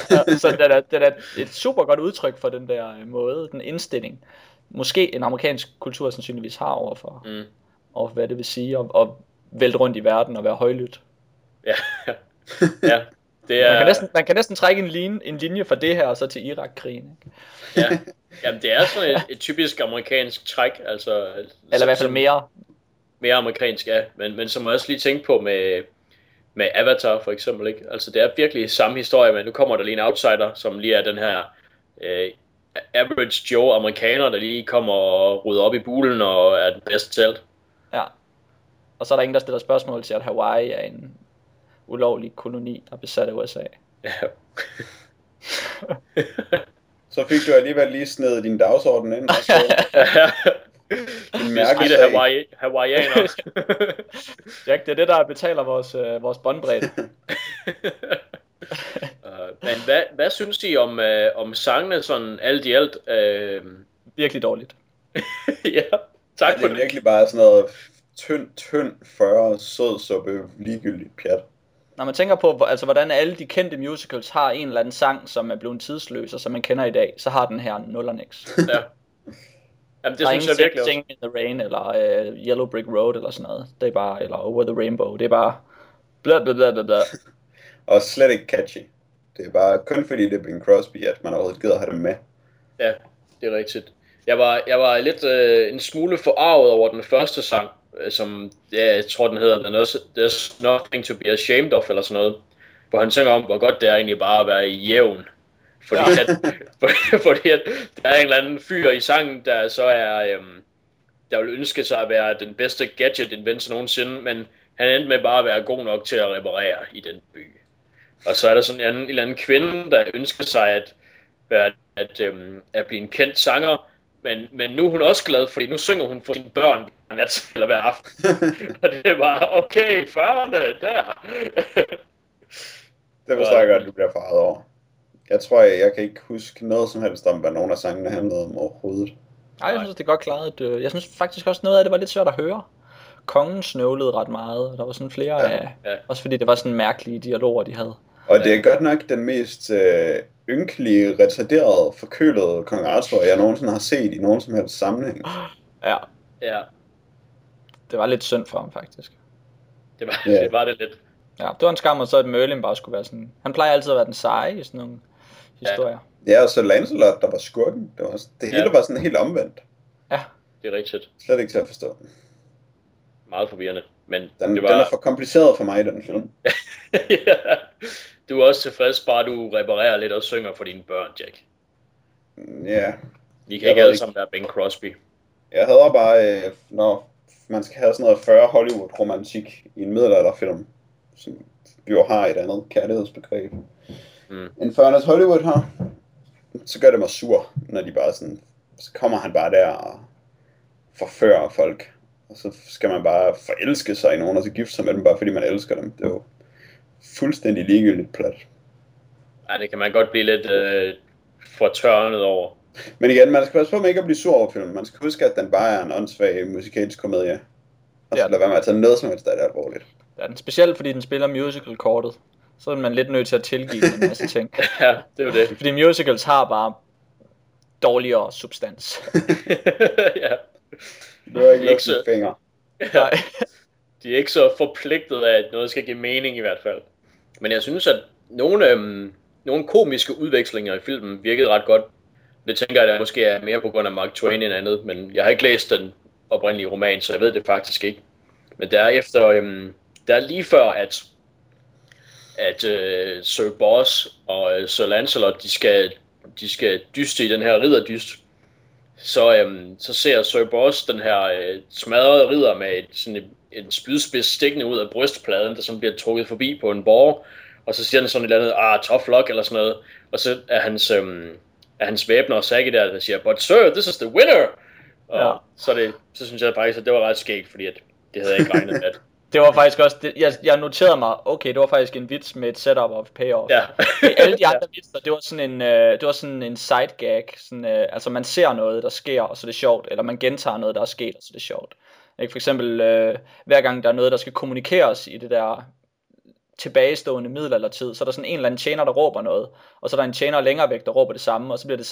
Så det er et super godt udtryk for den der måde, den indstilling. Måske en amerikansk kultur sandsynligvis har overfor hvad det vil sige at vælte rundt i verden og være højlydt. Ja. Det er... man kan næsten trække en linje fra det her og så til Irak-krigen. Ja. Jamen, det er sådan et typisk amerikansk træk, altså... Eller i hvert fald mere amerikansk, ja. Men som jeg også lige tænkte på med Avatar, for eksempel, ikke? Altså, det er virkelig samme historie, men nu kommer der lige en outsider, som lige er den her average Joe amerikaner, der lige kommer og rydder op i bulen og er den bedste selv. Ja. Og så er der ingen, der stiller spørgsmål til, at Hawaii er en ulovlig koloni, der er besat af USA. Ja. Så fik du alligevel lige snedet din dagsorden ind. Og så... en mærkesag. Hawaiianer. Jack, det er det, der betaler vores båndbredde. Men hvad synes I om sangene sådan alt i alt? Virkelig dårligt. Ja, tak for det. Det er virkelig bare sådan noget tynd 40 sødsuppe ligegyldigt pjat. Når man tænker på, altså, hvordan alle de kendte musicals har en eller anden sang, som er blevet tidsløs, og som man kender i dag, så har den her nuller niks. Ja. Jamen, det Der er synes ingen jeg virkelig også. Sing in the Rain, eller Yellow Brick Road, eller sådan noget. Det er bare, eller Over the Rainbow. Det er bare bla bla bla bla bla. Og slet ikke catchy. Det er bare kun fordi det er Bing Crosby, at man overhovedet gider have dem med. Ja, det er rigtigt. Jeg var lidt en smule forarvet over den første sang, som jeg tror den hedder, There's Nothing to be Ashamed of, eller sådan noget. Hvor han synger om, hvor godt det er egentlig bare at være jævn. Fordi, fordi at der er en eller anden fyr i sangen, der så er, der vil ønske sig at være den bedste gadget-inventor nogensinde, men han endte med bare at være god nok til at reparere i den by. Og så er der sådan en eller anden kvinde, der ønsker sig at blive en kendt sanger, men nu er hun også glad, fordi nu synger hun for sine børn hver nat eller hver aften. Og det er bare, okay, 40'erne, der. Det forstår jeg godt, at du bliver farvet over. Jeg tror, jeg kan ikke huske noget som helst om, hvad nogen af sangene handlede om overhovedet. Ej, jeg synes, det er godt klaret. Jeg synes faktisk også, noget af det var lidt svært at høre. Kongen snøvlede ret meget. Der var sådan flere af... Også fordi det var sådan mærkelige dialoger, de havde. Og det er godt nok den mest ynkelige, retarderede, forkølede kong Arthur, jeg nogensinde har set i nogen som helst sammenhæng. Ja. Ja. Det var lidt synd for ham, faktisk. Det var det lidt. Ja, det var en skam, og så at Merlin bare skulle være sådan... Han plejer altid at være den seje i sådan nogle historier. Ja, og så Lancelot, der var skurken. Det hele var sådan helt omvendt. Ja. Det er rigtigt. Slet ikke til at forstå. Meget forvirrende. Men den er for kompliceret for mig, den film. Ja. Du er også tilfreds, bare du reparerer lidt og synger for dine børn, Jack. Ja. Vi kan ikke alle sammen være Bing Crosby. Jeg hader bare, når man skal have sådan noget 40 Hollywood-romantik i en middelalderfilm, som jo har et andet kærlighedsbegreb. En 40'ernes Hollywood har, så gør det mig sur, når de bare sådan, så kommer han bare der og forfører folk. Og så skal man bare forelske sig i nogen, og så gifte sig med dem, bare fordi man elsker dem. Det er jo fuldstændig ligegyldigt plat. Ja, det kan man godt blive lidt fortørnet over. Men igen, man skal passe på med ikke at blive sur over filmen. Man skal huske, at den bare er en åndssvag musikalsk komedie. Og så lade være med at tage noget som helst, der er det alvorligt. Ja, den specielt fordi den spiller musical-kortet. Så er man lidt nødt til at tilgive en masse ting. Ja, det er jo det. Fordi musicals har bare dårligere substans. Ja. Det er ikke så fingre. Ja. De er ikke så forpligtet af, at noget skal give mening i hvert fald. Men jeg synes, at nogle komiske udvekslinger i filmen virkede ret godt. Det tænker jeg, at måske er mere på grund af Mark Twain end andet, men jeg har ikke læst den oprindelige roman, så jeg ved det faktisk ikke. Men der er lige før, at Sir Boss og Sir Lancelot, de skal dyste i den her ridderdyst. Så ser Sir Boss den her smadrede ridder med en spydspids stikkende ud af brystpladen, der sådan bliver trukket forbi på en borg, og så siger han sådan et eller andet, tough luck eller sådan noget, og så er hans væbner og Saggy der siger, but sir, this is the winner! Og så synes jeg faktisk, at det var ret skægt, fordi at det havde jeg ikke regnet med. Det var faktisk også, jeg noterede mig, okay, det var faktisk en vits med et setup og payoff. Ja. Alle de andre vitser, det var sådan en side gag, sådan, altså man ser noget, der sker, og så er det sjovt, eller man gentager noget, der er sket, og så er det sjovt. Ikke? For eksempel, hver gang der er noget, der skal kommunikeres i det der tilbagestående middelaldertid, så er der sådan en eller anden tjener, der råber noget, og så er der en tjener længere væk, der råber det samme, og så bliver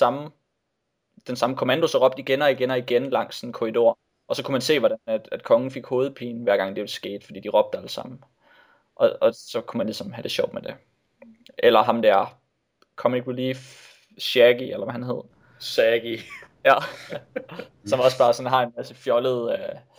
den samme kommando så råbt igen og igen og igen langs en korridor. Og så kunne man se, hvordan at kongen fik hovedpine, hver gang det skete, fordi de råbte alle sammen. Og så kunne man ligesom have det sjovt med det. Eller ham der, Comic Relief, Shaggy, eller hvad han hed. Saggy. Ja, som også bare sådan har en masse fjollet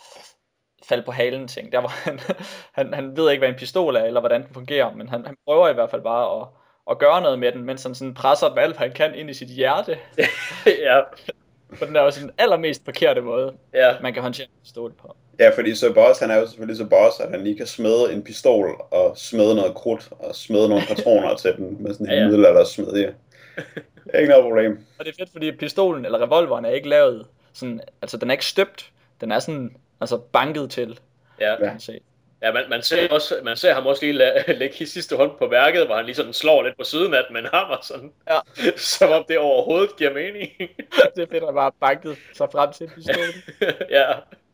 fald på halen ting. Der hvor han ved ikke, hvad en pistol er, eller hvordan den fungerer, men han prøver i hvert fald bare at gøre noget med den, mens han sådan presser den alt, hvad han kan ind i sit hjerte. Ja. På den der også den allermest forkerte måde, man kan håndtere en pistol på. Ja, fordi så Boss, han er jo selvfølgelig så Boss, at han lige kan smede en pistol og smede noget krudt og smede nogle patroner til den med sådan en middelaldersmedie. Ikke noget problem. Og det er fedt, fordi pistolen eller revolveren er ikke lavet sådan, altså den er ikke støbt, den er sådan, altså banket til. Ja. Ja, man ser ham også lige lægge i sidste hånd på værket, hvor han lige sådan slår lidt på siden af den med en hammer, sådan. Ja. Som om det overhovedet giver mening. Det er fedt, at bare banket sig frem til pistolen. Ja.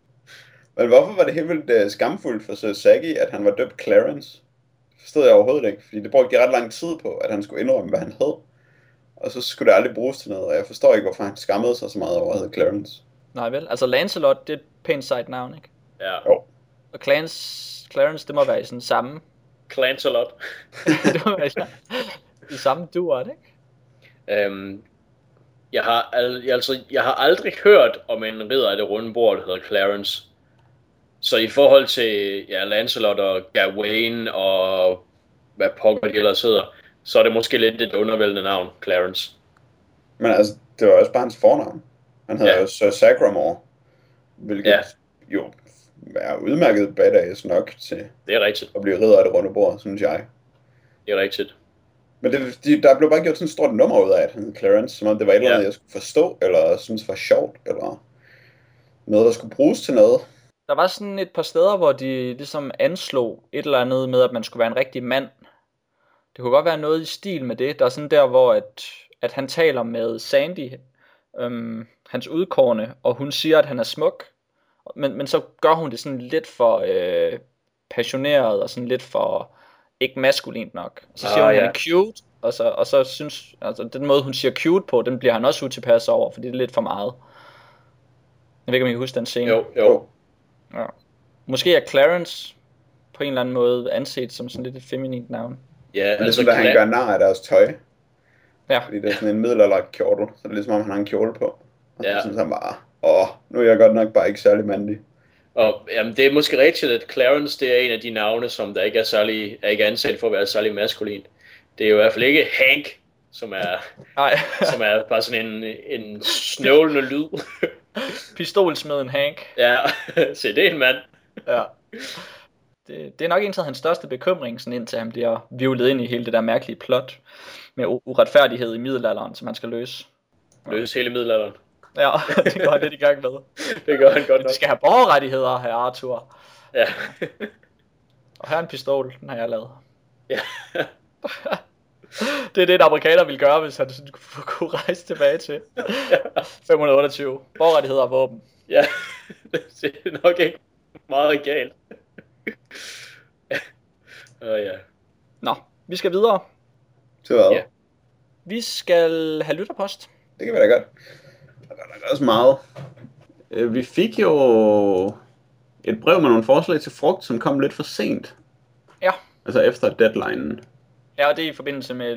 Men hvorfor var det helt vildt skamfuldt for Sir Saggy, at han var døbt Clarence? Det forstod jeg overhovedet ikke, fordi det brugte de ret lang tid på, at han skulle indrømme, hvad han hed. Og så skulle det aldrig bruges til noget, og jeg forstår ikke, hvorfor han skammede sig så meget over at hedde Clarence. Nej vel? Altså Lancelot, det er et pænt sejt navn, ikke? Ja. Jo. Og Clarence, det må være i sådan samme... Clancelot. det må være i samme duart, ikke? Jeg har aldrig hørt om en ridder af det runde bord, der hedder Clarence. Så i forhold til Lancelot og Gawain og hvad pokker de ellers hedder, så er det måske lidt et undervældende navn, Clarence. Men altså, det var også bare hans fornavn. Han hedder jo Sir Sagramore, hvilket jo er udmærket badass nok til det er rigtigt. At blive ridder af det runde bord, synes jeg. Det er rigtigt. Men der blev bare gjort sådan et stort nummer ud af, at han hed Clarence, som om det var et eller andet, jeg skulle forstå, eller synes var sjovt, eller noget, der skulle bruges til noget. Der var sådan et par steder, hvor de ligesom anslog et eller andet med, at man skulle være en rigtig mand. Det kunne godt være noget i stil med det. Der er sådan der, hvor at han taler med Sandy, hans udkårne, og hun siger, at han er smuk. Men så gør hun det sådan lidt for passioneret, og sådan lidt for ikke maskulint nok. Så siger hun, at han er cute, og så synes, altså den måde, hun siger cute på, den bliver han også utilpas over, fordi det er lidt for meget. Jeg ved ikke, om I kan huske den scene. Jo. Ja. Måske er Clarence på en eller anden måde anset som sådan lidt et feminint navn. Ja, altså ligesom da han gør nar af deres tøj. Ja. Fordi det er sådan en middelalderlig kjortel, så det er ligesom om han har en kjole på. Og så synes han bare, nu er jeg godt nok bare ikke særlig mandig. Og jamen, det er måske rigtigt, at Clarence, det er en af de navne, som der ikke er ikke anset for at være særlig maskulin. Det er jo i hvert fald ikke Hank, som er bare sådan en snøvlende lyd. Pistolsmeden Hank. Ja, se, det er en mand. Ja. Det er nok en af hans største bekymring, sådan indtil han bliver hvirvlet ind i hele det der mærkelige plot med uretfærdighed i middelalderen, som man skal løse. Løse hele middelalderen. Ja, det går han lidt i gang med. Det gør han godt nok. De skal have borgerrettigheder, herre Arthur. Ja. Og her er en pistol, den har jeg lavet. Ja. Det er det, en amerikaner ville gøre, hvis han kunne rejse tilbage til 528. Borgerrettigheder og våben. Ja, det er nok ikke meget galt. Ja. Nå, vi skal videre. Til hvad? Ja. Vi skal have lytterpost. Det kan vi da godt. Der er også meget. Vi fik jo et brev med nogle forslag til frugt, som kom lidt for sent. Ja. Altså efter deadlinen. Ja, og det er i forbindelse med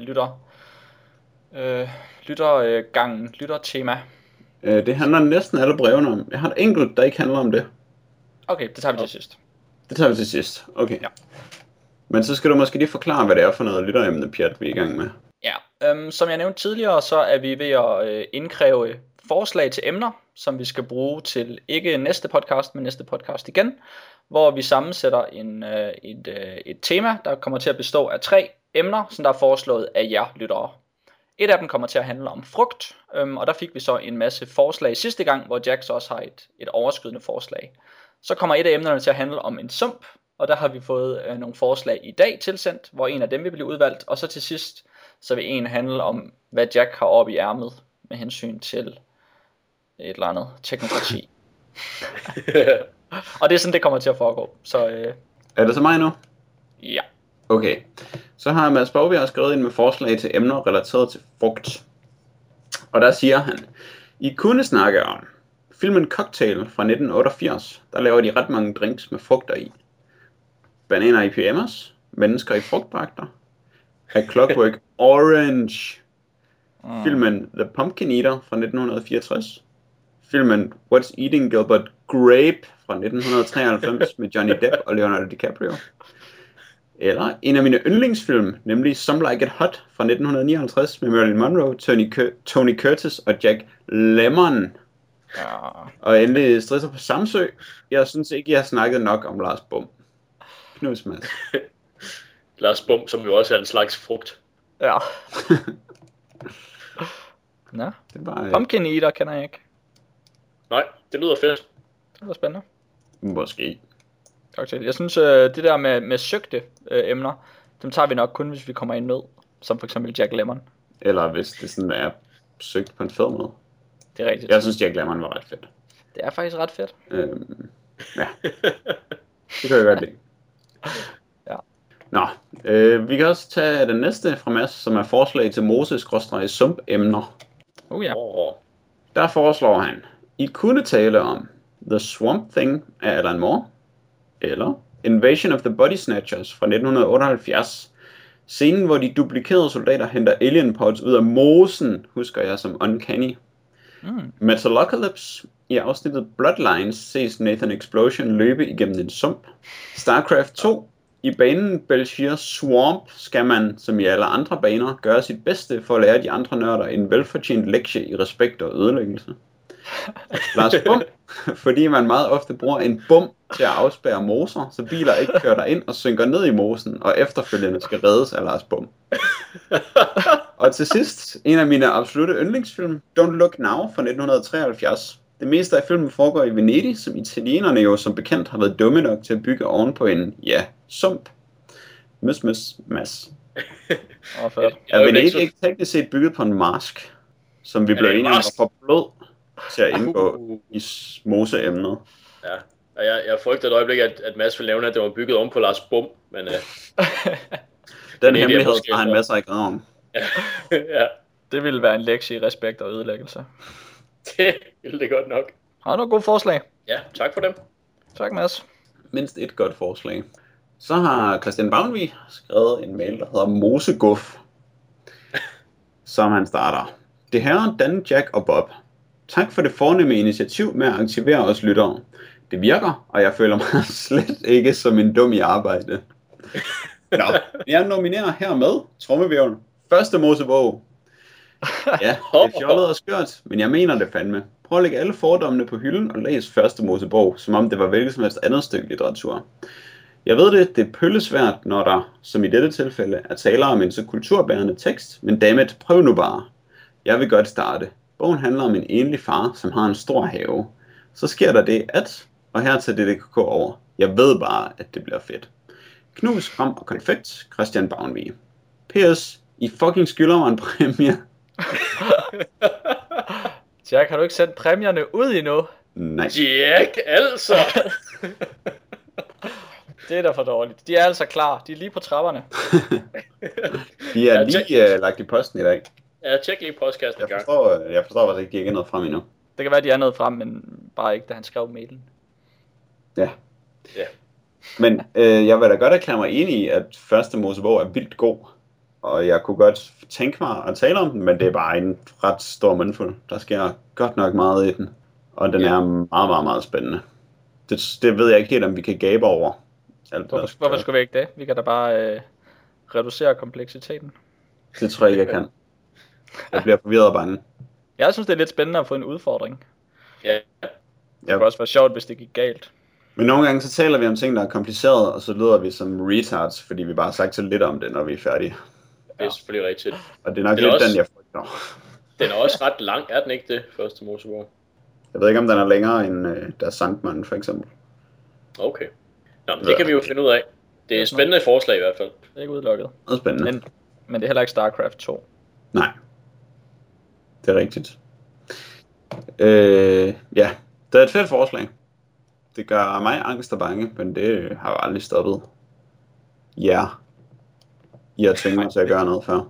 lyttergangen, lyttertema. Det handler næsten alle brevene om. Jeg har et enkelt, der ikke handler om det. Okay, det tager vi til sidst. Det tager vi til sidst, okay. Ja. Men så skal du måske lige forklare, hvad det er for noget lytteremne-pjat, vi er i gang med. Ja, som jeg nævnte tidligere, så er vi ved at indkræve forslag til emner, som vi skal bruge til ikke næste podcast, men næste podcast igen, hvor vi sammensætter et tema, der kommer til at bestå af 3 emner, som der er foreslået af jer lyttere. Et af dem kommer til at handle om frugt, og der fik vi så en masse forslag sidste gang, hvor Jack så også har et overskydende forslag. Så kommer et af emnerne til at handle om en sump, og der har vi fået nogle forslag i dag tilsendt, hvor en af dem vil blive udvalgt, og så til sidst, så vil en handle om, hvad Jack har oppe i ærmet med hensyn til et eller andet teknokrati. Og det er sådan, det kommer til at foregå. Så, Er det så mig nu? Ja. Okay. Så har Mads Borgvær skrevet ind med forslag til emner relateret til frugt. Og der siger han, I kunne snakke om filmen Cocktail fra 1988. Der laver de ret mange drinks med frugter i. Bananer i pyjamas, mennesker i frugtdragter, A Clockwork Orange, filmen The Pumpkin Eater fra 1964, filmen What's Eating Gilbert Grape fra 1993 med Johnny Depp og Leonardo DiCaprio, eller en af mine yndlingsfilm, nemlig Some Like It Hot fra 1959 med Marilyn Monroe, Tony Curtis og Jack Lemmon. Ja. Og endelig Strisser på Samsø. Jeg synes ikke, jeg har snakket nok om Lars Bum. Knus, Mads. Lars Bum, som jo også er en slags frugt. Ja. Nå, det var, Pumpkin Eater kender jeg ikke. Nej, det lyder fedt. Det lyder spændende. Måske. Okay. Jeg synes, det der med søgte emner, dem tager vi nok kun, hvis vi kommer ind med, som for eksempel Jack Lemmon. Eller hvis det sådan er søgt på en fed måde. Det er rigtigt. Jeg synes, Jack Lemmon var ret fedt. Det er faktisk ret fedt. Ja. Det kan jeg godt lide. Ja. Nå, vi kan også tage den næste fra Mads, som er forslag til Moses-sump-emner. Ja. Der foreslår han I kunne tale om The Swamp Thing af Alan Moore, eller Invasion of the Body Snatchers fra 1978. Scenen, hvor de duplikerede soldater henter alien pods ud af mosen, husker jeg som Uncanny. Metalocalypse. I afsnittet Bloodlines ses Nathan Explosion løbe igennem en sump. StarCraft 2. I banen Belshir Swamp skal man, som i alle andre baner, gøre sit bedste for at lære de andre nørder en velfortjent lektie i respekt og ødelæggelse. Lars Bum, fordi man meget ofte bruger en bum til at afspærre moser, så biler ikke kører der ind og synker ned i mosen, og efterfølgende skal reddes af Lars Bum. Og til sidst, en af mine absolutte yndlingsfilm, Don't Look Now fra 1973. Det meste af filmen foregår i Venedig, som italienerne jo som bekendt har været dumme nok til at bygge oven på en, sump. Mas. Er Venedig ikke teknisk set bygget på en marsk, som vi blev enige om at få blod til at indgå i moseemnet? Ja, og jeg frygter et øjeblik, at Mads vil nævne, at det var bygget oven på Lars Bum, men... Den hemmelighed har han med sig i graven. Ja. Det ville være en lektie i respekt og ødelæggelse. Det ville det godt nok. Har du nogle gode forslag? Ja, tak for dem. Tak, Mads. Mindst et godt forslag. Så har Christian Bavnvig skrevet en mail, der hedder Moseguf, som han starter. Det her Dan, Jack og Bob. Tak for det fornemme initiativ med at aktivere os lyttere. Det virker, og jeg føler mig slet ikke som en dum i arbejde. Nå, jeg nominerer hermed, trommevirvel, første Mosebog. Ja, det er fjollet og skørt, men jeg mener det fandme. Prøv at lægge alle fordommene på hylden og læs første Mosebog, som om det var hvilket som helst andet stykke litteratur. Jeg ved det er pøllesvært, når der, som i dette tilfælde, er taler om en så kulturbærende tekst, men dammit, prøv nu bare. Jeg vil godt starte. Bogen handler om en enlig far, som har en stor have. Så sker der det, at, og her tager DDKK over, jeg ved bare, at det bliver fedt. Knus, kram og konfekt, Christian Bavnvig. P.S. I fucking skylder mig en præmie. Jack, har du ikke sendt præmierne ud endnu? Nej. Jack, altså! Det er da for dårligt. De er altså klar. De er lige på trapperne. De er lige lagt i posten i dag. Ja, tjek lige postkassen en gang. Jeg forstår faktisk ikke, de ikke er noget frem endnu. Det kan være, de er noget frem, men bare ikke, da han skrev mailen. Ja. Men jeg vil da godt erklære mig enig i, at første Mosebog er vildt god. Og jeg kunne godt tænke mig at tale om den, men det er bare en ret stor mundfuld. Der sker godt nok meget i den. Og den er meget, meget, meget spændende. Det ved jeg ikke helt, om vi kan gabe over. Hvorfor skulle vi ikke det? Vi kan da bare reducere kompleksiteten. Det tror jeg ikke, jeg kan. Jeg bliver forvirret og bange. Jeg synes, det er lidt spændende at få en udfordring. Ja. Det kunne også være sjovt, hvis det gik galt. Men nogle gange så taler vi om ting, der er kompliceret, og så lyder vi som retards, fordi vi bare har sagt så lidt om det, når vi er færdige. Det er selvfølgelig rigtigt. Og det er nok lidt også, den, jeg frygter. Den er også ret lang, er den ikke det, første Mosebog? Jeg ved ikke, om den er længere end Der Sandman, for eksempel. Okay. Nå, men det kan vi jo finde ud af. Det er et spændende forslag i hvert fald. Det er ikke udelukket. Det er spændende. Men det er heller ikke StarCraft 2. Nej. Det er rigtigt. Ja, det er et fedt forslag. Det gør mig angst og bange, men det har jo aldrig stoppet. Ja. I har tvinget mig til at gøre noget før.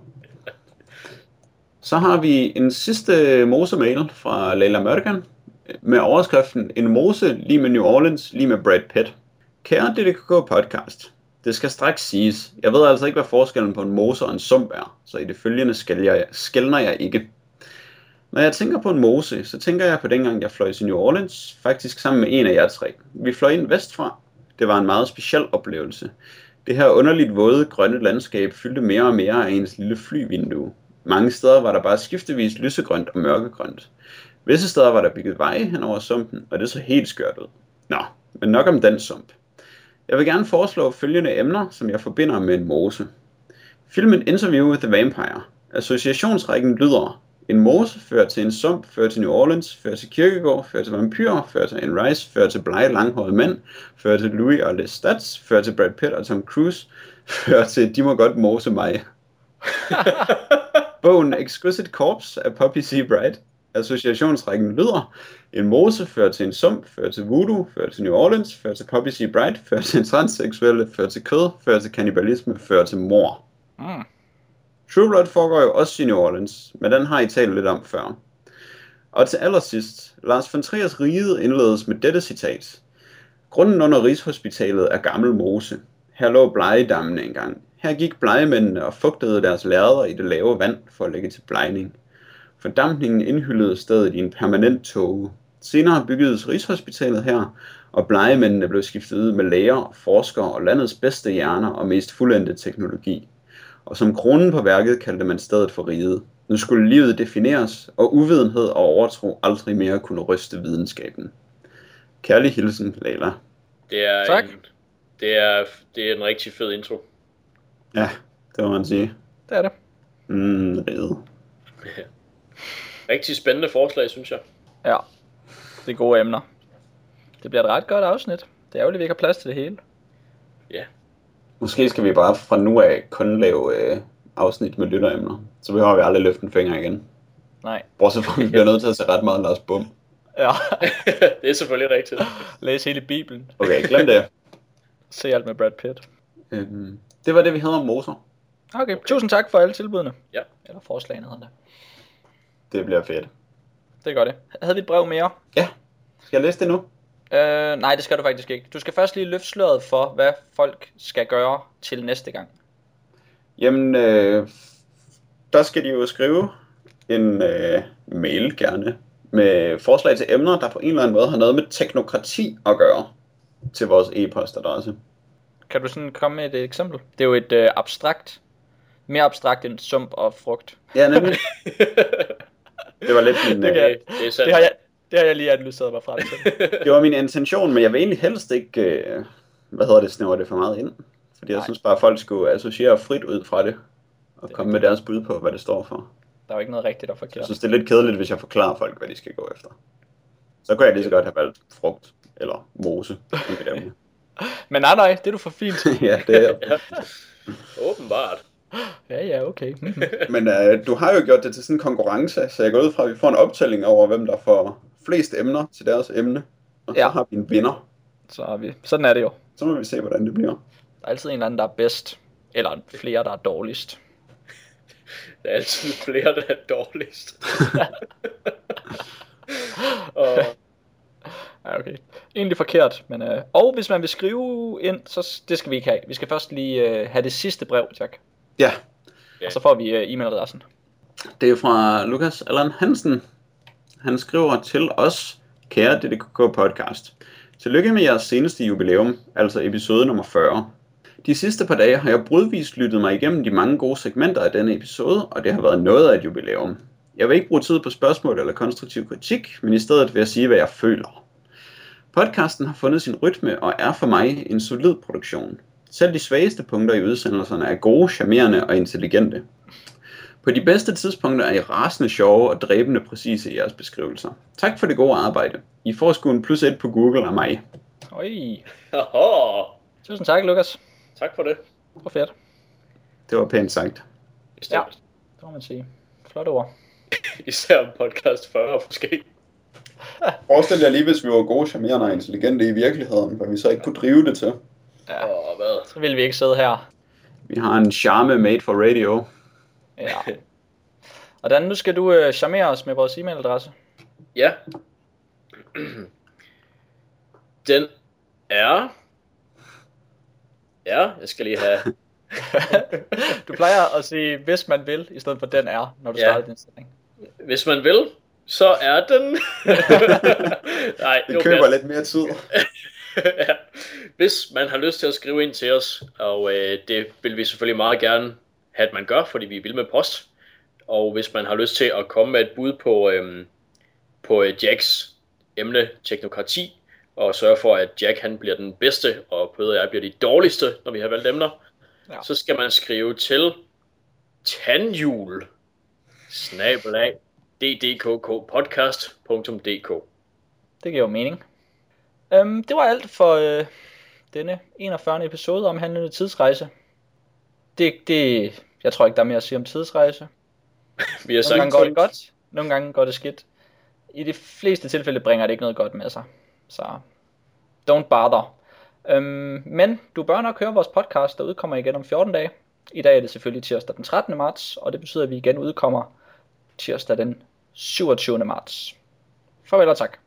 Så har vi en sidste mose-mail fra Leila Mørgan med overskriften En mose lige med New Orleans, lige med Brad Pitt. Kære DDKK podcast. Det skal straks siges. Jeg ved altså ikke, hvad forskellen på en mose og en sump er, så i det følgende skelner jeg ikke. Når jeg tænker på en mose, så tænker jeg på dengang, jeg fløj til New Orleans, faktisk sammen med en af jer tre. Vi fløj ind vestfra. Det var en meget speciel oplevelse. Det her underligt våde, grønne landskab fyldte mere og mere af ens lille flyvindue. Mange steder var der bare skiftevis lysegrønt og mørkegrønt. Visse steder var der bygget veje hen over sumpen, og det så helt skørt ud. Nå, men nok om den sump. Jeg vil gerne foreslå følgende emner, som jeg forbinder med en mose. Filmen Interview with the Vampire. Associationsrækken lyder: en mose fører til en sump, fører til New Orleans, fører til kirkegård, fører til vampyrer, fører til Anne Rice, fører til blege langhårede mænd, fører til Louis og Lestat, fører til Brad Pitt og Tom Cruise, fører til De må godt mose mig. Bogen Exquisite Corpse af Poppy C. Bride. Associationsrækken lyder: en mose fører til en sump, fører til voodoo, fører til New Orleans, fører til Poppy C. Bride, fører til transseksuelle, fører til kød, fører til kannibalisme, fører til mord. True Blood foregår jo også i New Orleans, men den har I talt lidt om før. Og til allersidst, Lars von Triers rige indledes med dette citat. Grunden under Rigshospitalet er gammel mose. Her lå blegedammene engang. Her gik blegemændene og fugtede deres lærreder i det lave vand for at lægge til blegning. Fordampningen indhyllede stedet i en permanent tåge. Senere byggedes Rigshospitalet her, og blegemændene blev skiftet ud med læger, forskere og landets bedste hjerner og mest fuldendte teknologi. Og som kronen på værket kaldte man stedet for riget. Nu skulle livet defineres, og uvidenhed og overtro aldrig mere kunne ryste videnskaben. Kærlig hilsen, Leila. Tak. Det er en rigtig fed intro. Ja, det må man sige. Det er det. Riget. Rigtig spændende forslag, synes jeg. Ja, det er gode emner. Det bliver et ret godt afsnit. Det er ærgerligt, vi ikke har plads til det hele. Ja. Måske skal vi bare fra nu af kun lave afsnit med lytteremner. Så behøver vi aldrig løfte en finger igen. Nej. Bortset fra, vi bliver nødt til at se ret meget Lars Bum. Ja. Det er selvfølgelig rigtigt. Læs hele Bibelen. Okay, glem det. Se alt med Brad Pitt. Det var det, vi havde om moser. Okay, tusind tak for alle tilbudene. Ja. Eller forslagene hedder det. Det bliver fedt. Det gør det. Havde vi et brev mere? Ja. Skal jeg læse det nu? Nej, det skal du faktisk ikke. Du skal først lige løfte sløret for, hvad folk skal gøre til næste gang. Jamen, der skal de jo skrive en mail gerne med forslag til emner, der på en eller anden måde har noget med teknokrati at gøre til vores e-postadresse. Kan du sådan komme med et eksempel? Det er jo et mere abstrakt end sump og frugt. Ja, nemlig. Det var lidt min... Det har jeg lige analyseret mig frem til. Det var min intention, men jeg vil egentlig helst ikke, snævre det for meget ind. Fordi jeg synes bare, at folk skulle associere frit ud fra det, og komme med deres bud på, hvad det står for. Der er jo ikke noget rigtigt og forkert. Jeg synes, det er lidt kedeligt, hvis jeg forklarer folk, hvad de skal gå efter. Så kunne jeg lige så godt have valgt frugt, eller mose. Men nej, det er du for fint. Ja, det er jeg. Åbenbart. Ja, okay. Men du har jo gjort det til sådan en konkurrence, så jeg går ud fra, at vi får en optælling over, hvem der får flest emner til deres emne. Og så har vi en vinder. Så har vi. Sådan er det jo. Så må vi se, hvordan det bliver. Der er altid en eller anden, der er bedst. Eller flere, der er dårligst. Der er altid flere, der er dårligst. Ja, okay. Egentlig forkert, men... Og hvis man vil skrive ind, så det skal vi ikke have. Vi skal først lige have det sidste brev, Jack. Ja. Og så får vi e-mailadressen. Det er fra Lukas Allan Hansen. Han skriver til os, kære DDKK podcast. Tillykke med jeres seneste jubilæum, altså episode nummer 40. De sidste par dage har jeg brudvist lyttet mig igennem de mange gode segmenter af denne episode, og det har været noget af et jubilæum. Jeg vil ikke bruge tid på spørgsmål eller konstruktiv kritik, men i stedet vil jeg sige, hvad jeg føler. Podcasten har fundet sin rytme og er for mig en solid produktion. Selv de svageste punkter i udsendelserne er gode, charmerende og intelligente. På de bedste tidspunkter er I rasende sjove og dræbende præcise i jeres beskrivelser. Tak for det gode arbejde. I får sgu en +1 på Google af mig. Oj. Tusind tak, Lukas. Tak for det. Det var fedt. Det var pænt sagt. Ja, det må man sige. Flot ord. Især om podcast 40 måske. Forestil jer lige, hvis vi var gode, charmerende og intelligente i virkeligheden, hvad vi så ikke kunne drive det til. Ja, så ville vi ikke sidde her. Vi har en charme made for radio. Ja. Og Dan, nu skal du charmere os med vores e-mailadresse. Ja. Den er... Ja, jeg skal lige have... Du plejer at sige, hvis man vil, i stedet for den er, når du starter din sætning. Hvis man vil, så er den... Nej, det køber lidt mere tid. Ja. Hvis man har lyst til at skrive ind til os, og det vil vi selvfølgelig meget gerne have, at man gør, fordi vi vil med post. Og hvis man har lyst til at komme med et bud på Jacks emne, teknokrati, og sørge for, at Jack han bliver den bedste, og Pøder og jeg bliver de dårligste, når vi har valgt emner, så skal man skrive til tandhjul@ddkkpodcast.dk. Det giver jo mening. Det var alt for denne 41. episode om handlende tidsrejse. Jeg tror ikke, der er mere at sige om tidsrejse. Vi har nogle gange går det godt, nogle gange går det skidt. I de fleste tilfælde bringer det ikke noget godt med sig. Så don't bother. Men du bør nok høre vores podcast, der udkommer igen om 14 dage. I dag er det selvfølgelig tirsdag den 13. marts, og det betyder, at vi igen udkommer tirsdag den 27. marts. Farvel og tak.